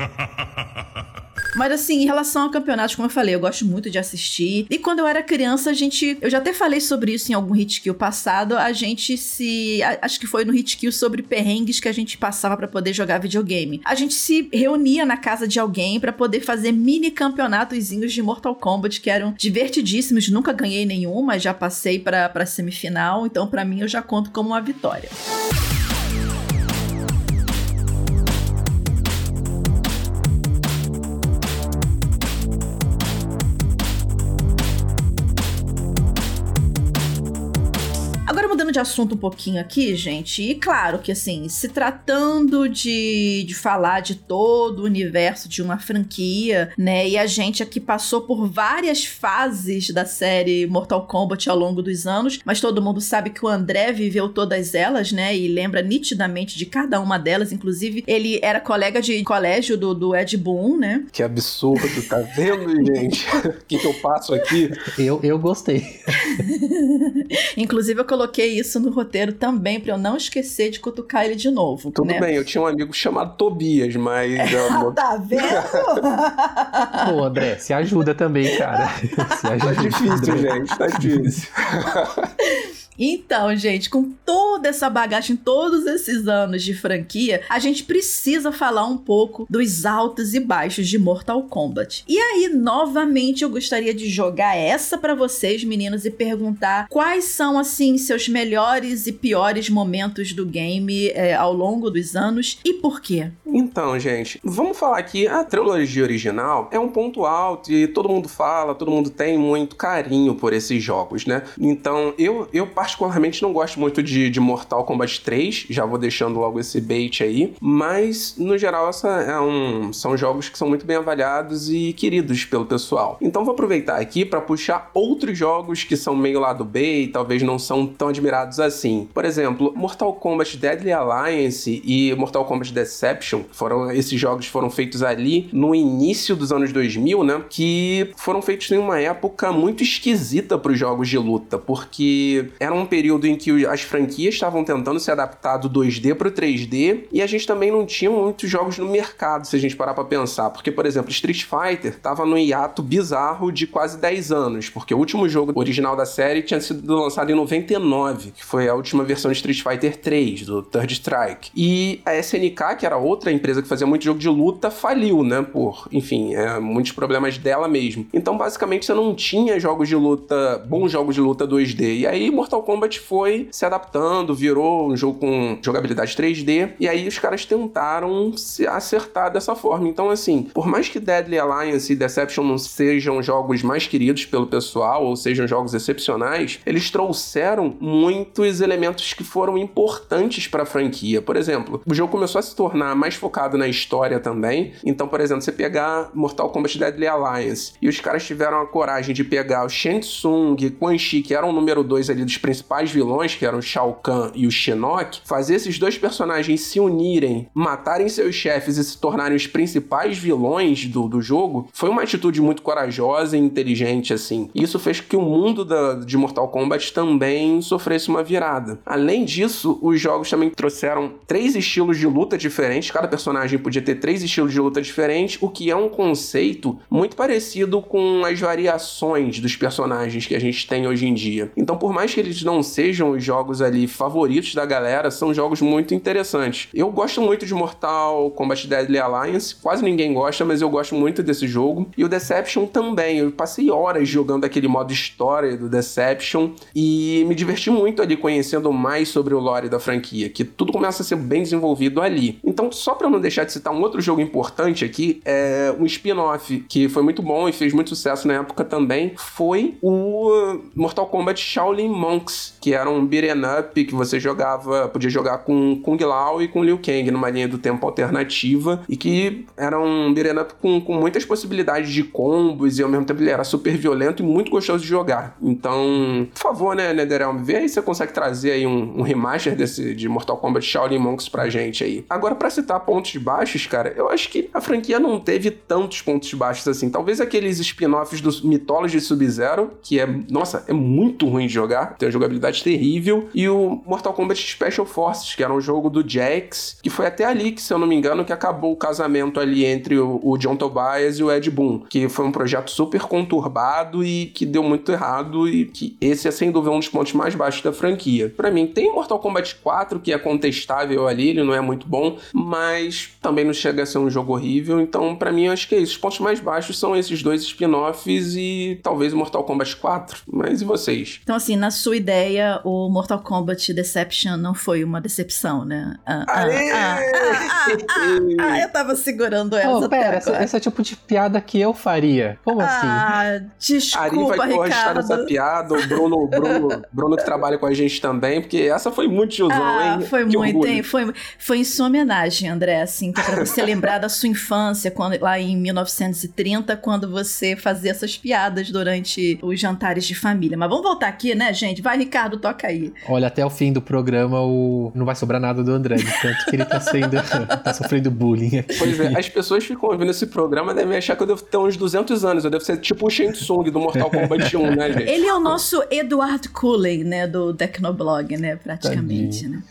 Mas assim, em relação ao campeonato, como eu falei, eu gosto muito de assistir. E quando eu era criança, eu já até falei sobre isso em algum Hit Kill passado, acho que foi no Hit Kill sobre perrengues que a gente passava pra poder jogar videogame. A gente se reunia na casa de alguém pra poder fazer mini campeonatozinhos de Mortal Kombat, que eram divertidíssimos. Nunca ganhei nenhum, mas já passei pra semifinal, então pra mim eu já conto como uma vitória. Agora, mudando de assunto um pouquinho aqui, gente, e claro que, assim, se tratando de falar de todo o universo de uma franquia, né, e a gente aqui passou por várias fases da série Mortal Kombat ao longo dos anos, mas todo mundo sabe que o André viveu todas elas, né, e lembra nitidamente de cada uma delas, inclusive ele era colega de colégio do Ed Boon, né? Que absurdo, tá vendo, gente? O que eu passo aqui? Eu gostei. Inclusive, eu coloquei isso no roteiro também, pra eu não esquecer de cutucar ele de novo. Tudo né? bem, eu tinha um amigo chamado Tobias, mas... Tá vendo? Pô, André, se ajuda também, cara. Se ajuda, tá difícil, André. gente, tá difícil. Então, gente, com toda essa bagagem, todos esses anos de franquia, a gente precisa falar um pouco dos altos e baixos de Mortal Kombat. E aí, novamente, eu gostaria de jogar essa pra vocês, meninos, e perguntar quais são, assim, seus melhores e piores momentos do game ao longo dos anos e por quê? Então, gente, vamos falar aqui, a trilogia original é um ponto alto e todo mundo fala, todo mundo tem muito carinho por esses jogos, né? Então, eu particularmente não gosto muito de Mortal Kombat 3, já vou deixando logo esse bait aí, mas no geral são jogos que são muito bem avaliados e queridos pelo pessoal. Então vou aproveitar aqui para puxar outros jogos que são meio lado B e talvez não são tão admirados assim. Por exemplo, Mortal Kombat Deadly Alliance e Mortal Kombat Deception, esses jogos foram feitos ali no início dos anos 2000, né, que foram feitos em uma época muito esquisita para os jogos de luta, porque era um período em que as franquias estavam tentando se adaptar do 2D pro 3D e a gente também não tinha muitos jogos no mercado, se a gente parar pra pensar. Porque, por exemplo, Street Fighter tava no hiato bizarro de quase 10 anos, porque o último jogo original da série tinha sido lançado em 99, que foi a última versão de Street Fighter 3, do Third Strike. E a SNK, que era outra empresa que fazia muito jogo de luta, faliu, né? Por, enfim, muitos problemas dela mesmo. Então, basicamente, você não tinha bons jogos de luta 2D. E aí, Mortal Kombat foi se adaptando, virou um jogo com jogabilidade 3D, e aí os caras tentaram se acertar dessa forma. Então, assim, por mais que Deadly Alliance e Deception não sejam jogos mais queridos pelo pessoal, ou sejam jogos excepcionais, eles trouxeram muitos elementos que foram importantes para a franquia. Por exemplo, o jogo começou a se tornar mais focado na história também. Então, por exemplo, você pegar Mortal Kombat Deadly Alliance e os caras tiveram a coragem de pegar o Shang Tsung e Quan Chi, que eram o número 2 ali dos principais vilões, que eram o Shao Kahn e o Shinnok, fazer esses dois personagens se unirem, matarem seus chefes e se tornarem os principais vilões do jogo, foi uma atitude muito corajosa e inteligente, assim. E isso fez com que o mundo de Mortal Kombat também sofresse uma virada. Além disso, os jogos também trouxeram 3 estilos de luta diferentes, cada personagem podia ter 3 estilos de luta diferentes, o que é um conceito muito parecido com as variações dos personagens que a gente tem hoje em dia. Então, por mais que eles não sejam os jogos ali favoritos da galera, são jogos muito interessantes. Eu gosto muito de Mortal Kombat Deadly Alliance, quase ninguém gosta, mas eu gosto muito desse jogo. E o Deception também, eu passei horas jogando aquele modo história do Deception e me diverti muito ali conhecendo mais sobre o lore da franquia, que tudo começa a ser bem desenvolvido ali. Então, só pra não deixar de citar um outro jogo importante aqui, é um spin-off que foi muito bom e fez muito sucesso na época também, foi o Mortal Kombat Shaolin Monks, que era um beat'em up que você podia jogar com Kung Lao e com Liu Kang numa linha do tempo alternativa, e que era um beat'em up com muitas possibilidades de combos, e ao mesmo tempo ele era super violento e muito gostoso de jogar. Então, por favor, né, NetherRealm, vê aí se você consegue trazer aí um remaster de Mortal Kombat Shaolin Monks pra gente aí. Agora, pra citar pontos baixos, cara, eu acho que a franquia não teve tantos pontos baixos assim. Talvez aqueles spin-offs do Mythology Sub-Zero, que é muito ruim de jogar, tem uma jogabilidade terrível, e o Mortal Kombat Special Forces, que era um jogo do Jax, que foi até ali que, se eu não me engano, que acabou o casamento ali entre o John Tobias e o Ed Boon, que foi um projeto super conturbado e que deu muito errado, e que esse é sem dúvida um dos pontos mais baixos da franquia. Pra mim, tem Mortal Kombat 4, que é contestável ali, ele não é muito bom, mas também não chega a ser um jogo horrível. Então, pra mim, eu acho que é isso. Os pontos mais baixos são esses dois spin-offs e talvez o Mortal Kombat 4. Mas e vocês? Então, assim, na sua ideia, o Mortal Kombat Deception não foi uma decepção, né? Eu tava segurando essa. Oh, pera, esse é o tipo de piada que eu faria. Como assim? Desculpa, Ari vai corrigir essa piada, o Bruno que trabalha com a gente também, porque essa foi muito tiozão, hein? Foi que muito, hein? Foi em sua homenagem, André, assim, que é pra você lembrar da sua infância, lá em 1930, quando você fazia essas piadas durante os jantares de família. Mas vamos voltar aqui, né, gente? Vai, Ricardo, toca aí. Olha, até o fim do programa não vai sobrar nada do André, de tanto que ele tá sofrendo bullying aqui. Pois é, as pessoas ficam ouvindo esse programa, devem achar que eu devo ter uns 200 anos, eu devo ser tipo o Shang Tsung do Mortal Kombat 1, né, gente? Ele é o nosso Edward Cullen, né, do Tecnoblog, né, praticamente, né?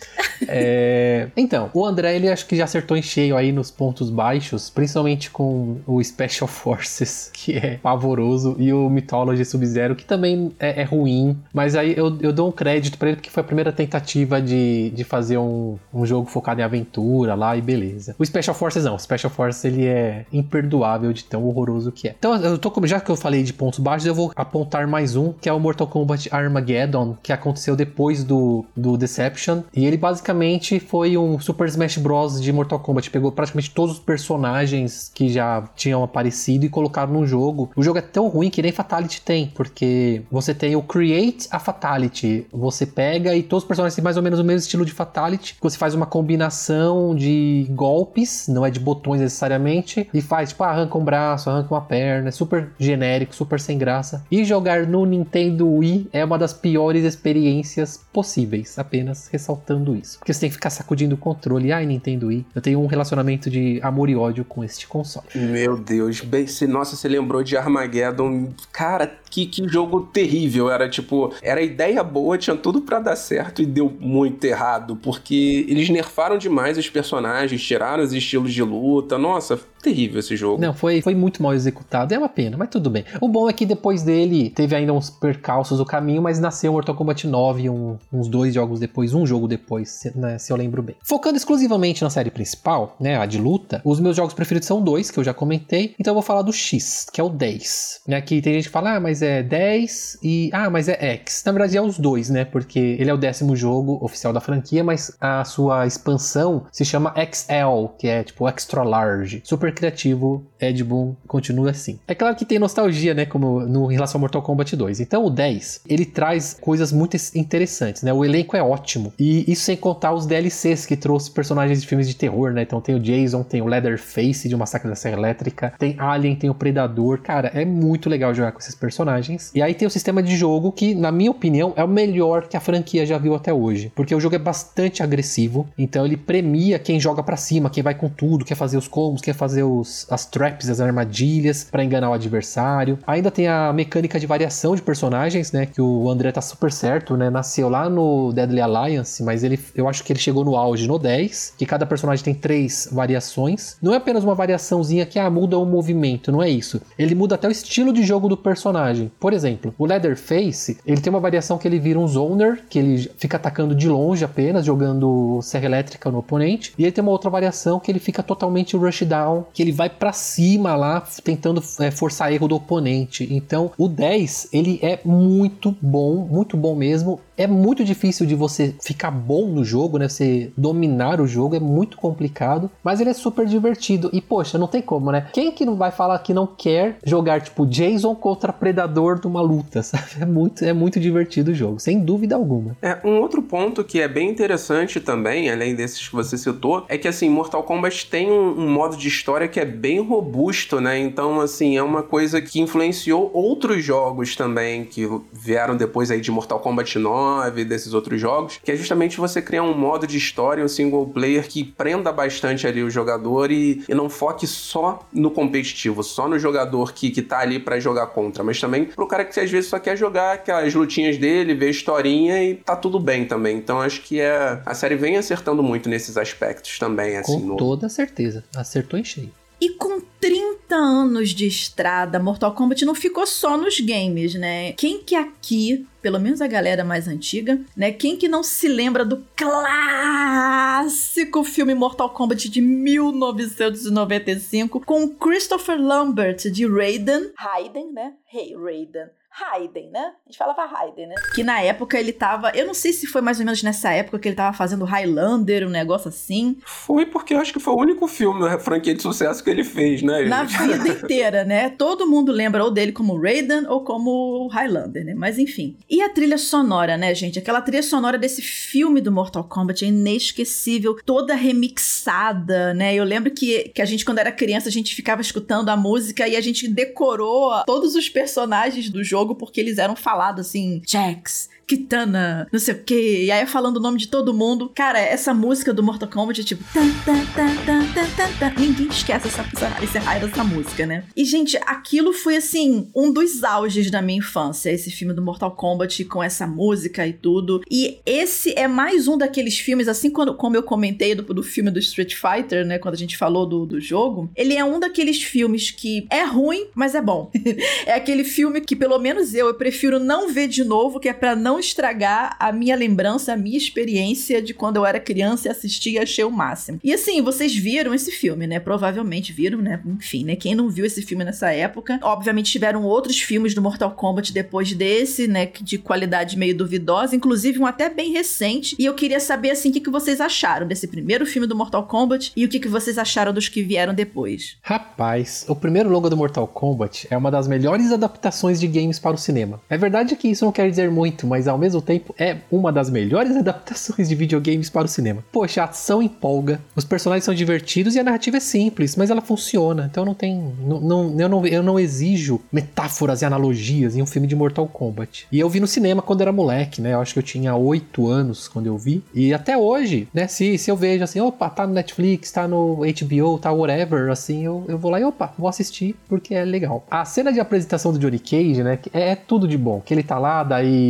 Então, o André, ele acho que já acertou em cheio aí nos pontos baixos, principalmente com o Special Forces, que é pavoroso, e o Mythology Sub-Zero, que também é ruim, mas aí eu dou um crédito pra ele, porque foi a primeira tentativa de fazer um jogo focado em aventura lá, e beleza. O Special Forces não, o Special Forces ele é imperdoável de tão horroroso que é. Então, já que eu falei de pontos baixos, eu vou apontar mais um, que é o Mortal Kombat Armageddon, que aconteceu depois do Deception, e ele basicamente foi um Super Smash Bros. De Mortal Kombat, pegou praticamente todos os personagens que já tinham aparecido e colocaram no jogo. O jogo é tão ruim que nem Fatality tem, porque você tem o Create a Fatality, você pega e todos os personagens têm mais ou menos o mesmo estilo de Fatality, você faz uma combinação de golpes, não é de botões necessariamente, e faz, tipo, arranca um braço, arranca uma perna, é super genérico, super sem graça. E jogar no Nintendo Wii é uma das piores experiências possíveis, apenas ressaltando isso. Porque você tem que ficar sacudindo o controle. Ai, Nintendo Wii. Eu tenho um relacionamento de amor e ódio com este console. Meu Deus, nossa, você lembrou de Armageddon. Cara, que jogo terrível. Era ideia boa, tinha tudo pra dar certo e deu muito errado, porque eles nerfaram demais os personagens, tiraram os estilos de luta. Nossa, terrível esse jogo. Não, foi muito mal executado. É uma pena, mas tudo bem. O bom é que depois dele teve ainda uns percalços no caminho, mas nasceu Mortal Kombat 9 uns 2 jogos depois, um jogo depois, né, se eu lembro bem. Focando exclusivamente na série principal, né, a de luta, os meus jogos preferidos são 2, que eu já comentei, então eu vou falar do X, que é o 10, né, que tem gente que fala, mas é 10 e... mas é X. Na verdade é os dois, né? Porque ele é o 10º jogo oficial da franquia, mas a sua expansão se chama XL, que é tipo Extra Large. Super criativo, Ed Boon continua assim. É claro que tem nostalgia, né? Como em relação ao Mortal Kombat 2. Então o 10, ele traz coisas muito interessantes, né? O elenco é ótimo. E isso sem contar os DLCs que trouxe personagens de filmes de terror, né? Então tem o Jason, tem o Leatherface de O Massacre da Serra Elétrica, tem Alien, tem o Predador. Cara, é muito legal jogar com esses personagens. E aí tem o sistema de jogo que, na minha opinião, é o melhor que a franquia já viu até hoje. Porque o jogo é bastante agressivo, então ele premia quem joga pra cima, quem vai com tudo, quer fazer os combos, quer fazer as traps, as armadilhas pra enganar o adversário. Ainda tem a mecânica de variação de personagens, né? Que o André tá super certo, né? Nasceu lá no Deadly Alliance, mas eu acho que ele chegou no auge no 10, que cada personagem tem 3 variações. Não é apenas uma variaçãozinha que muda o movimento, não é isso. Ele muda até o estilo de jogo do personagem. Por exemplo, o Leatherface, ele tem uma variação que ele vira um zoner, que ele fica atacando de longe apenas, jogando serra elétrica no oponente. E ele tem uma outra variação que ele fica totalmente rushdown, que ele vai pra cima lá, tentando forçar erro do oponente. Então, o 10, ele é muito bom mesmo. É muito difícil de você ficar bom no jogo, né? Você dominar o jogo é muito complicado, mas ele é super divertido. E, poxa, não tem como, né? Quem que não vai falar que não quer jogar, tipo, Jason contra Predador numa luta, sabe? É muito divertido o jogo, sem dúvida alguma. Um outro ponto que é bem interessante também, além desses que você citou, é que, assim, Mortal Kombat tem um modo de história que é bem robusto, né? Então, assim, é uma coisa que influenciou outros jogos também, que vieram depois aí de Mortal Kombat 9, desses outros jogos, que é justamente você criar um modo de história, um single player que prenda bastante ali o jogador e não foque só no competitivo, só no jogador que tá ali pra jogar contra, mas também pro cara que às vezes só quer jogar aquelas lutinhas dele, ver a historinha e tá tudo bem também. Então acho que a série vem acertando muito nesses aspectos também, assim. Com toda certeza, acertou em cheio. E com 30 anos de estrada, Mortal Kombat não ficou só nos games, né? Quem que aqui, pelo menos a galera mais antiga, né? Quem que não se lembra do clássico filme Mortal Kombat de 1995 com Christopher Lambert de Raiden, né? Hey, Raiden. Raiden, né? A gente falava Raiden, né? Que na época ele tava... Eu não sei se foi mais ou menos nessa época que ele tava fazendo Highlander, um negócio assim. Foi porque eu acho que foi o único filme da franquia de sucesso que ele fez, né, gente? Na vida inteira, né? Todo mundo lembra ou dele como Raiden ou como Highlander, né? Mas enfim. E a trilha sonora, né, gente? Aquela trilha sonora desse filme do Mortal Kombat é inesquecível, toda remixada, né? Eu lembro que a gente, quando era criança, a gente ficava escutando a música e a gente decorou todos os personagens do jogo porque eles eram falados assim, Jax, Kitana, não sei o que, e aí falando o nome de todo mundo. Cara, essa música do Mortal Kombat é tipo ninguém esquece esse raio dessa música, né? E, gente, aquilo foi, assim, um dos auges da minha infância, esse filme do Mortal Kombat com essa música e tudo. E esse é mais um daqueles filmes, assim como eu comentei do filme do Street Fighter, né, quando a gente falou do jogo, ele é um daqueles filmes que é ruim, mas é bom. É aquele filme que, pelo menos eu prefiro não ver de novo, que é pra não estragar a minha lembrança, a minha experiência de quando eu era criança e assisti e achei o máximo. E assim, vocês viram esse filme, né? Provavelmente viram, né? Enfim, né? Quem não viu esse filme nessa época, obviamente tiveram outros filmes do Mortal Kombat depois desse, né? De qualidade meio duvidosa, inclusive um até bem recente. E eu queria saber, assim, o que vocês acharam desse primeiro filme do Mortal Kombat e o que vocês acharam dos que vieram depois. Rapaz, o primeiro longa do Mortal Kombat é uma das melhores adaptações de games para o cinema. É verdade que isso não quer dizer muito, mas ao mesmo tempo é uma das melhores adaptações de videogames para o cinema. Poxa, a ação empolga, os personagens são divertidos e a narrativa é simples, mas ela funciona. Então não tem... Eu não exijo metáforas e analogias em um filme de Mortal Kombat. E eu vi no cinema quando era moleque, né? Eu acho que eu tinha 8 anos quando eu vi. E até hoje, né? Se eu vejo assim, opa, tá no Netflix, tá no HBO, tá whatever, assim, eu vou lá e opa, vou assistir porque é legal. A cena de apresentação do Johnny Cage, né? É tudo de bom. Que ele tá lá, daí os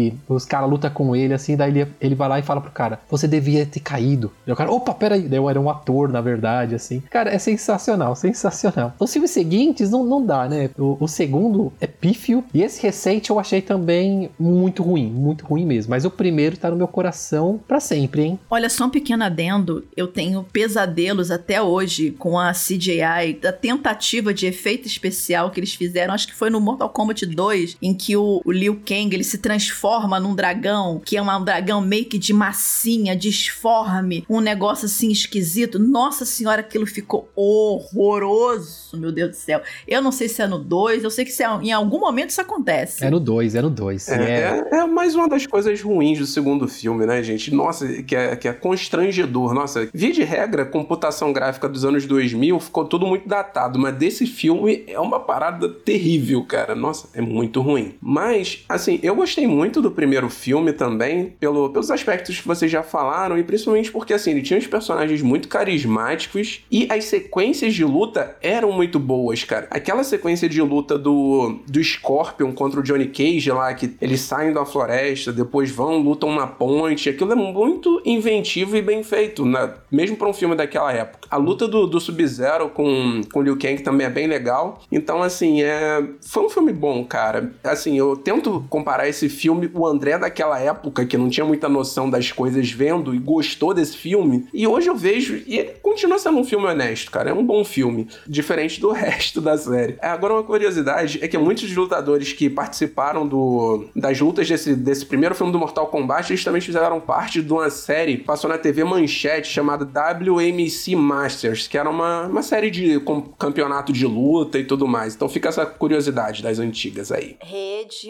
os caras lutam com ele, assim, daí ele vai lá e fala pro cara, você devia ter caído. Daí o cara, opa, peraí. Daí eu era um ator, na verdade, assim. Cara, é sensacional, sensacional. Os filmes seguintes não dá, né? O segundo é pífio, e esse recente eu achei também muito ruim mesmo. Mas o primeiro tá no meu coração pra sempre, hein? Olha, só um pequeno adendo, eu tenho pesadelos até hoje com a CGI, da tentativa de efeito especial que eles fizeram, acho que foi no Mortal Kombat 2, em que o Liu Kang, ele se transforma num dragão, que é um dragão meio que de massinha, disforme, um negócio assim esquisito. Nossa senhora, aquilo ficou horroroso, meu Deus do céu. Eu não sei se é no 2, eu sei que em algum momento isso acontece. É no 2. É mais uma das coisas ruins do segundo filme, né, gente? Nossa, que é constrangedor. Nossa, via de regra, computação gráfica dos anos 2000 ficou tudo muito datado, mas desse filme é uma parada terrível, cara. Nossa, é muito ruim. Mas, assim, eu gostei muito do primeiro filme também, pelos aspectos que vocês já falaram, e principalmente porque, assim, ele tinha uns personagens muito carismáticos e as sequências de luta eram muito boas, cara. Aquela sequência de luta do Scorpion contra o Johnny Cage lá, que eles saem da floresta, depois lutam na ponte, aquilo é muito inventivo e bem feito, né? Mesmo para um filme daquela época. A luta do Sub-Zero com o Liu Kang também é bem legal. Então, assim, foi um filme bom, cara. Assim, eu tento comparar esse filme, o André daquela época, que não tinha muita noção das coisas, vendo e gostou desse filme, e hoje eu vejo, e ele continua sendo um filme honesto, cara. É um bom filme, diferente do resto da série. Agora, uma curiosidade é que muitos lutadores que participaram das lutas desse primeiro filme do Mortal Kombat, eles também fizeram parte de uma série que passou na TV Manchete, chamada WMC Masters, que era uma série de campeonato de luta e tudo mais. Então fica essa curiosidade das antigas aí. Rede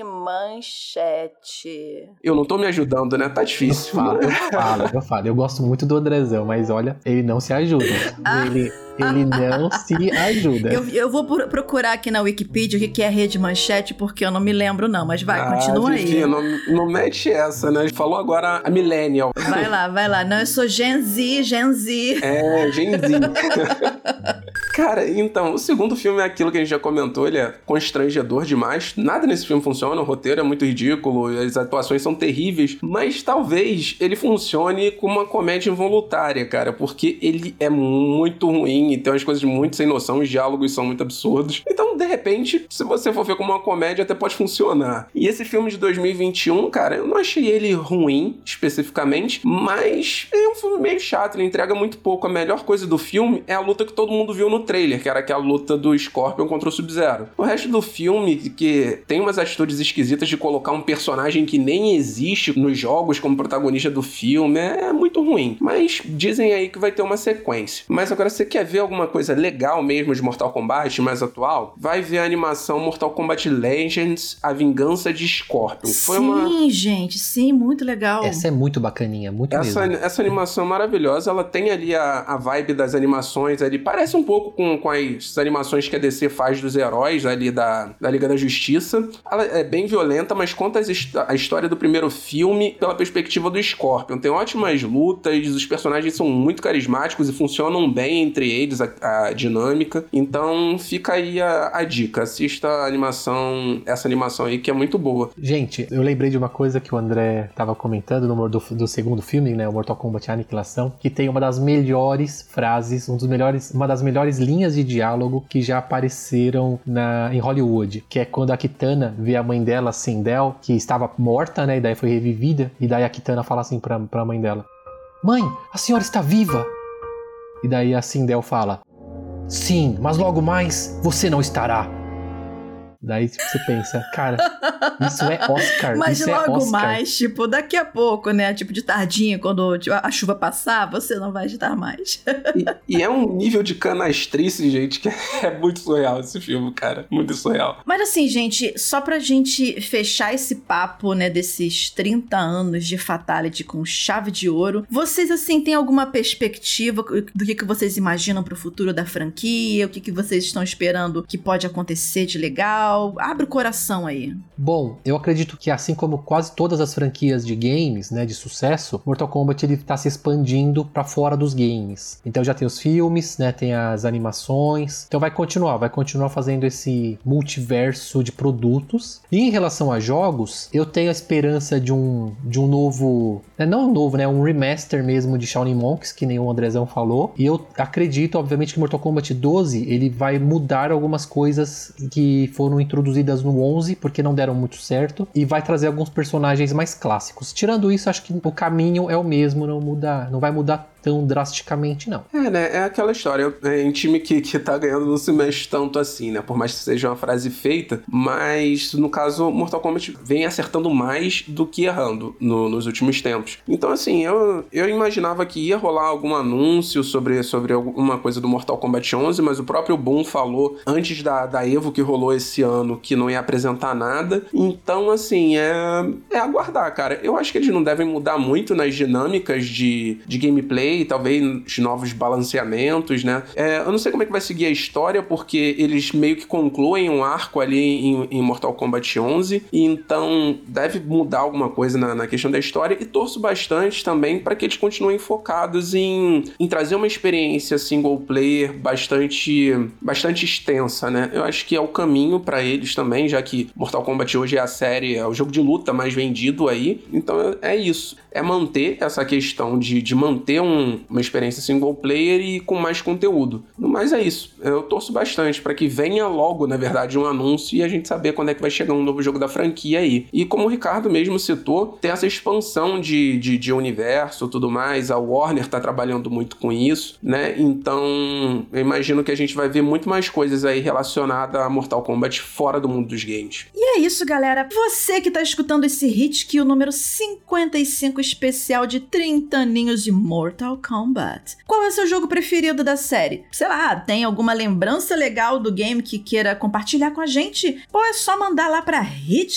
Manchete. Eu não tô me ajudando, né? Tá difícil. Eu falo. Eu gosto muito do Andrezão, mas olha, ele não se ajuda. Ele não se ajuda. Eu vou procurar aqui na Wikipedia o que é Rede Manchete, porque eu não me lembro não, mas continua aí. Não mete essa, né? Falou agora a Millennial. Vai lá. Não, eu sou Gen Z. É, Gen Z. Cara, então, o segundo filme é aquilo que a gente já comentou, ele é constrangedor demais. Nada nesse filme funciona, o roteiro é muito ridículo, as atuações são terríveis, mas talvez ele funcione como uma comédia involuntária, cara, porque ele é muito ruim e tem umas coisas muito sem noção, os diálogos são muito absurdos. Então, de repente, se você for ver como uma comédia, até pode funcionar. E esse filme de 2021, cara, eu não achei ele ruim, especificamente, mas é um filme meio chato, ele entrega muito pouco. A melhor coisa do filme é a luta que todo mundo viu no trailer, que era aquela luta do Scorpion contra o Sub-Zero. O resto do filme, que tem umas atitudes esquisitas de colocar um personagem que nem existe nos jogos como protagonista do filme, é muito ruim. Mas dizem aí que vai ter uma sequência. Mas agora, você quer ver alguma coisa legal mesmo de Mortal Kombat, mais atual? Vai ver a animação Mortal Kombat Legends, A Vingança de Scorpion. Gente, muito legal. Essa é muito bacaninha, muito mesmo. Essa animação é maravilhosa, ela tem ali a vibe das animações ali, parece um pouco com as animações que a DC faz dos heróis ali da Liga da Justiça. Ela é bem violenta, mas conta a história do primeiro filme pela perspectiva do Scorpion. Tem ótimas lutas, os personagens são muito carismáticos e funcionam bem entre eles, a dinâmica. Então fica aí a dica, assista essa animação aí que é muito boa. Gente, eu lembrei de uma coisa que o André tava comentando do segundo filme, né, o Mortal Kombat Aniquilação, que tem uma das melhores frases, uma das melhores linhas de diálogo que já apareceram em Hollywood, que é quando a Kitana vê a mãe dela, Sindel, que estava morta, né, e daí foi revivida, e daí a Kitana fala assim pra mãe dela: "Mãe, a senhora está viva!" E daí a Sindel fala: "Sim, mas logo mais você não estará." Daí você pensa, cara, isso é Oscar. Mas isso logo é Oscar. mais, tipo, daqui a pouco, né? Tipo, de tardinha, quando a chuva passar, você não vai estar mais. E é um nível de canastrice, gente, que é muito surreal esse filme, cara. Muito surreal. Mas assim, gente, só pra gente fechar esse papo, né, desses 30 anos de Fatality com chave de ouro, vocês, assim, têm alguma perspectiva do que vocês imaginam pro futuro da franquia? O que vocês estão esperando que pode acontecer de legal? pessoal? Abre o coração aí. Bom, eu acredito que assim como quase todas as franquias de games, né, de sucesso, Mortal Kombat ele tá se expandindo para fora dos games. Então já tem os filmes, né, tem as animações. Então vai continuar fazendo esse multiverso de produtos. E em relação a jogos, eu tenho a esperança de um novo, não um novo, né, um remaster mesmo de Shaolin Monks, que nem o Andrezão falou. E eu acredito, obviamente, que Mortal Kombat 12, ele vai mudar algumas coisas que foram introduzidas no 11, porque não deram muito certo, e vai trazer alguns personagens mais clássicos. Tirando isso, acho que o caminho é o mesmo, não vai mudar tão drasticamente, não. Né? É aquela história. Em time que tá ganhando não se mexe tanto assim, né? Por mais que seja uma frase feita, mas no caso, Mortal Kombat vem acertando mais do que errando nos últimos tempos. Então, assim, eu imaginava que ia rolar algum anúncio sobre alguma coisa do Mortal Kombat 11, mas o próprio Boom falou antes da EVO que rolou esse ano que não ia apresentar nada. Então, assim, é aguardar, cara. Eu acho que eles não devem mudar muito nas dinâmicas de gameplay, e talvez novos balanceamentos, né? Eu não sei como é que vai seguir a história, porque eles meio que concluem um arco ali em Mortal Kombat 11, e então deve mudar alguma coisa na questão da história, e torço bastante também para que eles continuem focados em trazer uma experiência single player bastante extensa, né? Eu acho que é o caminho para eles também, já que Mortal Kombat hoje é o jogo de luta mais vendido aí, então é isso. É manter essa questão de manter uma experiência single player e com mais conteúdo. No mais é isso. Eu torço bastante para que venha logo, na verdade, um anúncio e a gente saber quando é que vai chegar um novo jogo da franquia aí. E como o Ricardo mesmo citou, tem essa expansão de universo e tudo mais. A Warner tá trabalhando muito com isso, né? Então, eu imagino que a gente vai ver muito mais coisas aí relacionadas a Mortal Kombat fora do mundo dos games. E é isso, galera. Você que tá escutando esse Hit Kill número 55 especial de 30 aninhos de Mortal Kombat. Qual é o seu jogo preferido da série? Sei lá, tem alguma lembrança legal do game que queira compartilhar com a gente? Ou é só mandar lá pra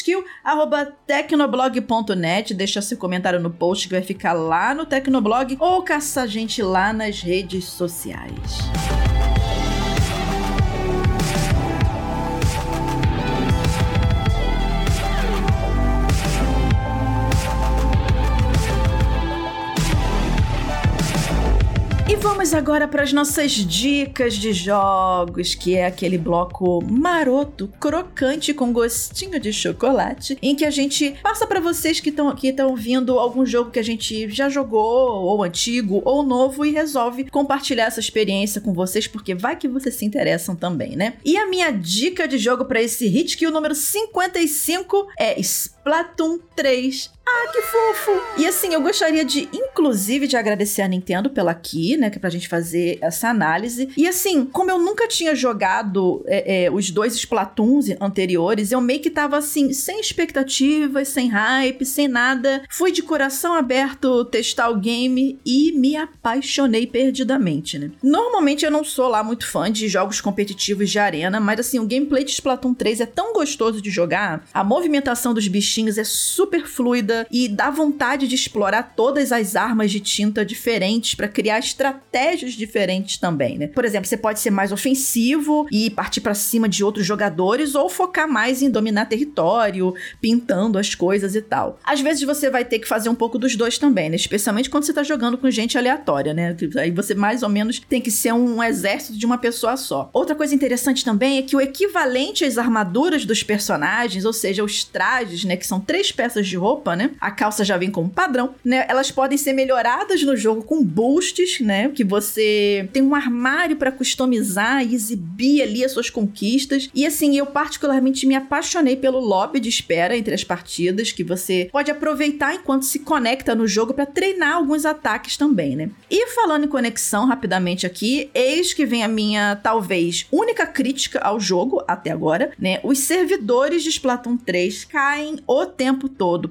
hitkill@tecnoblog.net, deixar seu comentário no post que vai ficar lá no Tecnoblog, ou caçar a gente lá nas redes sociais. E vamos agora para as nossas dicas de jogos, que é aquele bloco maroto, crocante com gostinho de chocolate, em que a gente passa para vocês que estão ouvindo algum jogo que a gente já jogou, ou antigo, ou novo, e resolve compartilhar essa experiência com vocês, porque vai que vocês se interessam também, né? E a minha dica de jogo para esse Hit Kill número 55 é Splatoon 3. Ah, que fofo! E assim, eu gostaria inclusive, de agradecer a Nintendo pela aqui, né, que é pra gente fazer essa análise. E assim, como eu nunca tinha jogado os dois Splatoons anteriores, eu meio que tava assim, sem expectativas, sem hype, sem nada. Fui de coração aberto testar o game e me apaixonei perdidamente, né? Normalmente eu não sou lá muito fã de jogos competitivos de arena, mas assim, o gameplay de Splatoon 3 é tão gostoso de jogar, a movimentação dos bichinhos é super fluida, e dá vontade de explorar todas as armas de tinta diferentes para criar estratégias diferentes também, né? Por exemplo, você pode ser mais ofensivo e partir para cima de outros jogadores, ou focar mais em dominar território, pintando as coisas e tal. Às vezes você vai ter que fazer um pouco dos dois também, né? Especialmente quando você tá jogando com gente aleatória, né? Aí você mais ou menos tem que ser um exército de uma pessoa só. Outra coisa interessante também é que o equivalente às armaduras dos personagens, ou seja, os trajes, né? Que são 3 peças de roupa, né? A calça já vem como padrão, né? Elas podem ser melhoradas no jogo com boosts, né? Que você tem um armário para customizar e exibir ali as suas conquistas. E assim, eu particularmente me apaixonei pelo lobby de espera entre as partidas, que você pode aproveitar enquanto se conecta no jogo para treinar alguns ataques também, né? E falando em conexão, rapidamente aqui, eis que vem a minha, talvez, única crítica ao jogo até agora, né? Os servidores de Splatoon 3 caem o tempo todo, pelo menos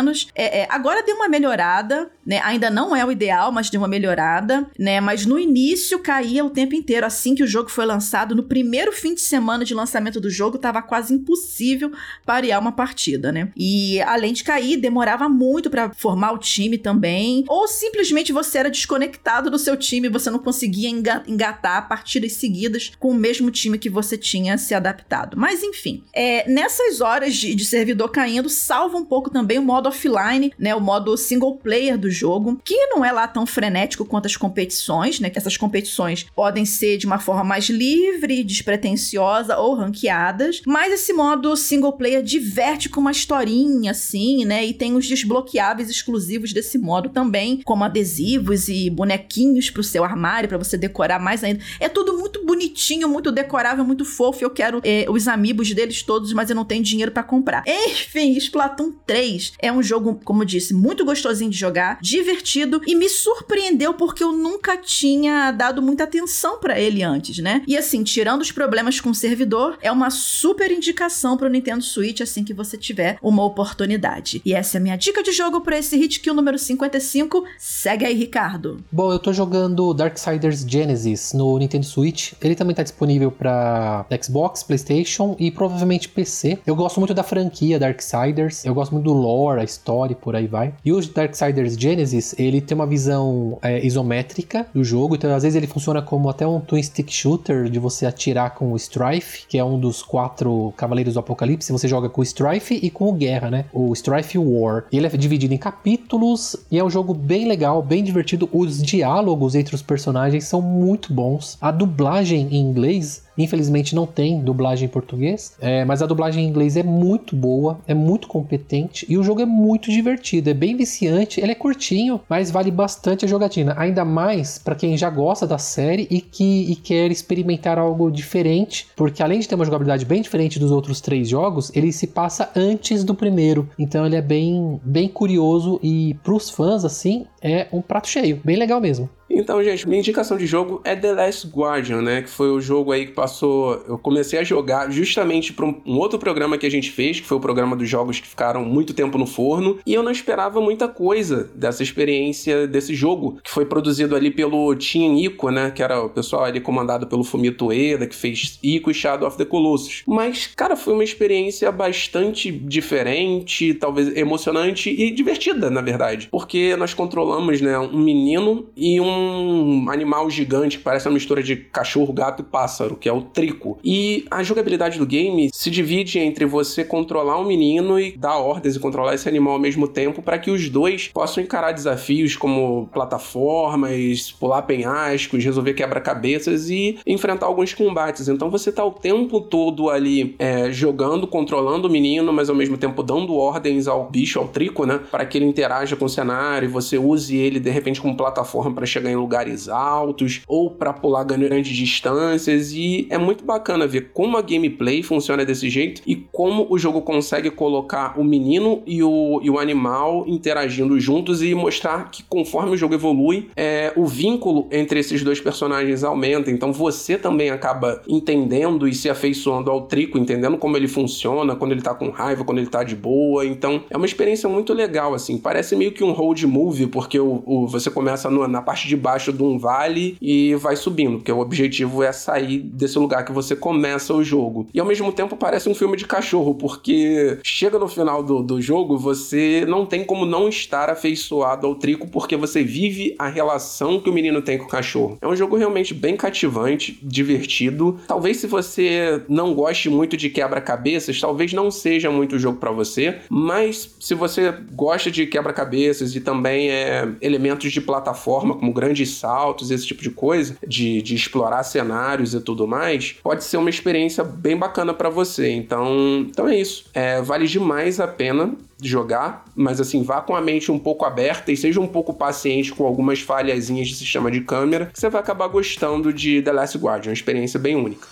menos. Agora deu uma melhorada, né? Ainda não é o ideal, mas deu uma melhorada, né? Mas no início caía o tempo inteiro. Assim que o jogo foi lançado, no primeiro fim de semana de lançamento do jogo, tava quase impossível parear uma partida, né? E além de cair, demorava muito pra formar o time também. Ou simplesmente você era desconectado do seu time, você não conseguia engatar partidas seguidas com o mesmo time que você tinha se adaptado. Mas enfim, nessas horas de servidor caindo, salva um pouco também o modo offline, né? O modo single player do jogo, que não é lá tão frenético quanto as competições, né? Que essas competições podem ser de uma forma mais livre, despretensiosa ou ranqueadas, mas esse modo single player diverte com uma historinha, assim, né? E tem os desbloqueáveis exclusivos desse modo também, como adesivos e bonequinhos pro seu armário, pra você decorar mais ainda. É tudo muito bonitinho, muito decorável, muito fofo. Eu quero os amiibos deles todos, mas eu não tenho dinheiro pra comprar. Enfim, Splatoon 3 é um jogo, como eu disse, muito gostosinho de jogar, divertido, e me surpreendeu porque eu nunca tinha dado muita atenção pra ele antes, né? E assim, tirando os problemas com o servidor, é uma super indicação pro Nintendo Switch assim que você tiver uma oportunidade. E essa é a minha dica de jogo pra esse Hit Kill número 55. Segue aí, Ricardo. Bom, eu tô jogando Darksiders Genesis no Nintendo Switch. Ele também tá disponível pra Xbox, PlayStation e provavelmente PC. Eu gosto muito da franquia Darksiders. Eu gosto muito do lore, a história e por aí vai. E o Darksiders Genesis, ele tem uma visão isométrica do jogo. Então, às vezes, ele funciona como até um twin stick shooter, de você atirar com o Strife, que é um dos 4 Cavaleiros do Apocalipse. Você joga com o Strife e com o Guerra, né? O Strife War. Ele é dividido em capítulos e é um jogo bem legal, bem divertido. Os diálogos entre os personagens são muito bons. A dublagem em inglês, infelizmente não tem dublagem em português, mas a dublagem em inglês é muito boa, é muito competente e o jogo é muito divertido, é bem viciante, ele é curtinho, mas vale bastante a jogatina, ainda mais para quem já gosta da série e quer experimentar algo diferente, porque além de ter uma jogabilidade bem diferente dos outros 3 jogos, ele se passa antes do primeiro, então ele é bem curioso e pros fãs, assim, é um prato cheio, bem legal mesmo. Então, gente, minha indicação de jogo é The Last Guardian, né? Que foi o jogo aí que passou... Eu comecei a jogar justamente para um outro programa que a gente fez, que foi o programa dos jogos que ficaram muito tempo no forno. E eu não esperava muita coisa dessa experiência, desse jogo, que foi produzido ali pelo Team Ico, né? Que era o pessoal ali comandado pelo Fumito Ueda, que fez Ico e Shadow of the Colossus. Mas, cara, foi uma experiência bastante diferente, talvez emocionante e divertida, na verdade. Porque nós controlamos, né, um menino e um animal gigante que parece uma mistura de cachorro, gato e pássaro, que é o Trico. E a jogabilidade do game se divide entre você controlar um menino e dar ordens e controlar esse animal ao mesmo tempo para que os dois possam encarar desafios como plataformas, pular penhascos, resolver quebra-cabeças e enfrentar alguns combates. Então você tá o tempo todo ali jogando, controlando o menino, mas ao mesmo tempo dando ordens ao bicho, ao Trico, né? Para que ele interaja com o cenário e você use ele de repente como plataforma para chegar em lugares altos ou para pular grandes distâncias, e é muito bacana ver como a gameplay funciona desse jeito e como o jogo consegue colocar o menino e o animal interagindo juntos e mostrar que conforme o jogo evolui, o vínculo entre esses dois personagens aumenta, então você também acaba entendendo e se afeiçoando ao Trico, entendendo como ele funciona, quando ele tá com raiva, quando ele tá de boa. Então é uma experiência muito legal, assim, parece meio que um road movie, porque você começa na parte de baixo de um vale e vai subindo, porque o objetivo é sair desse lugar que você começa o jogo. E ao mesmo tempo parece um filme de cachorro, porque chega no final do jogo, você não tem como não estar afeiçoado ao Trico, porque você vive a relação que o menino tem com o cachorro. É um jogo realmente bem cativante, divertido. Talvez se você não goste muito de quebra-cabeças, talvez não seja muito o jogo pra você, mas se você gosta de quebra-cabeças e também elementos de plataforma, como grandes saltos, esse tipo de coisa, de explorar cenários e tudo mais, pode ser uma experiência bem bacana pra você. Então é isso. Vale demais a pena jogar, mas assim, vá com a mente um pouco aberta e seja um pouco paciente com algumas falhazinhas de sistema de câmera, que você vai acabar gostando de The Last Guardian, uma experiência bem única.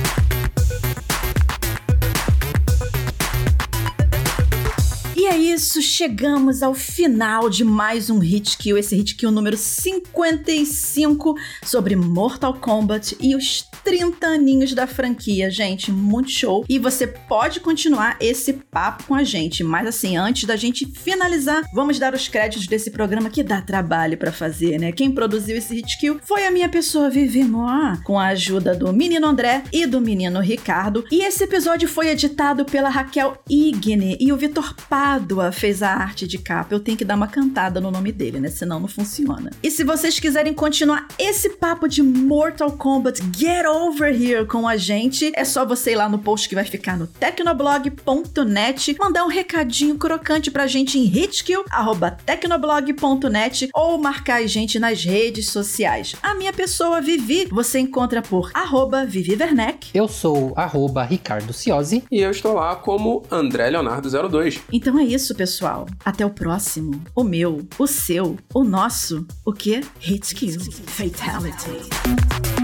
E é isso, isso, chegamos ao final de mais um Hit Kill, esse Hit Kill número 55 sobre Mortal Kombat e os 30 aninhos da franquia, gente, muito show. E você pode continuar esse papo com a gente, mas assim, antes da gente finalizar, vamos dar os créditos desse programa que dá trabalho pra fazer, né? Quem produziu esse Hit Kill foi a minha pessoa Vivi Moa, com a ajuda do menino André e do menino Ricardo. E esse episódio foi editado pela Raquel Igne e o Vitor Pádua fez a arte de capa. Eu tenho que dar uma cantada no nome dele, né? Senão não funciona. E se vocês quiserem continuar esse papo de Mortal Kombat Get Over Here com a gente, é só você ir lá no post que vai ficar no tecnoblog.net, mandar um recadinho crocante pra gente em hitkill@tecnoblog.net ou marcar a gente nas redes sociais. A minha pessoa Vivi, você encontra por @Vivi Werneck. Eu sou @Ricardo Ciosi. E eu estou lá como André Leonardo02. Então é isso, pessoal. Até o próximo. O meu, o seu, o nosso, o quê? Hit Kill Fatality.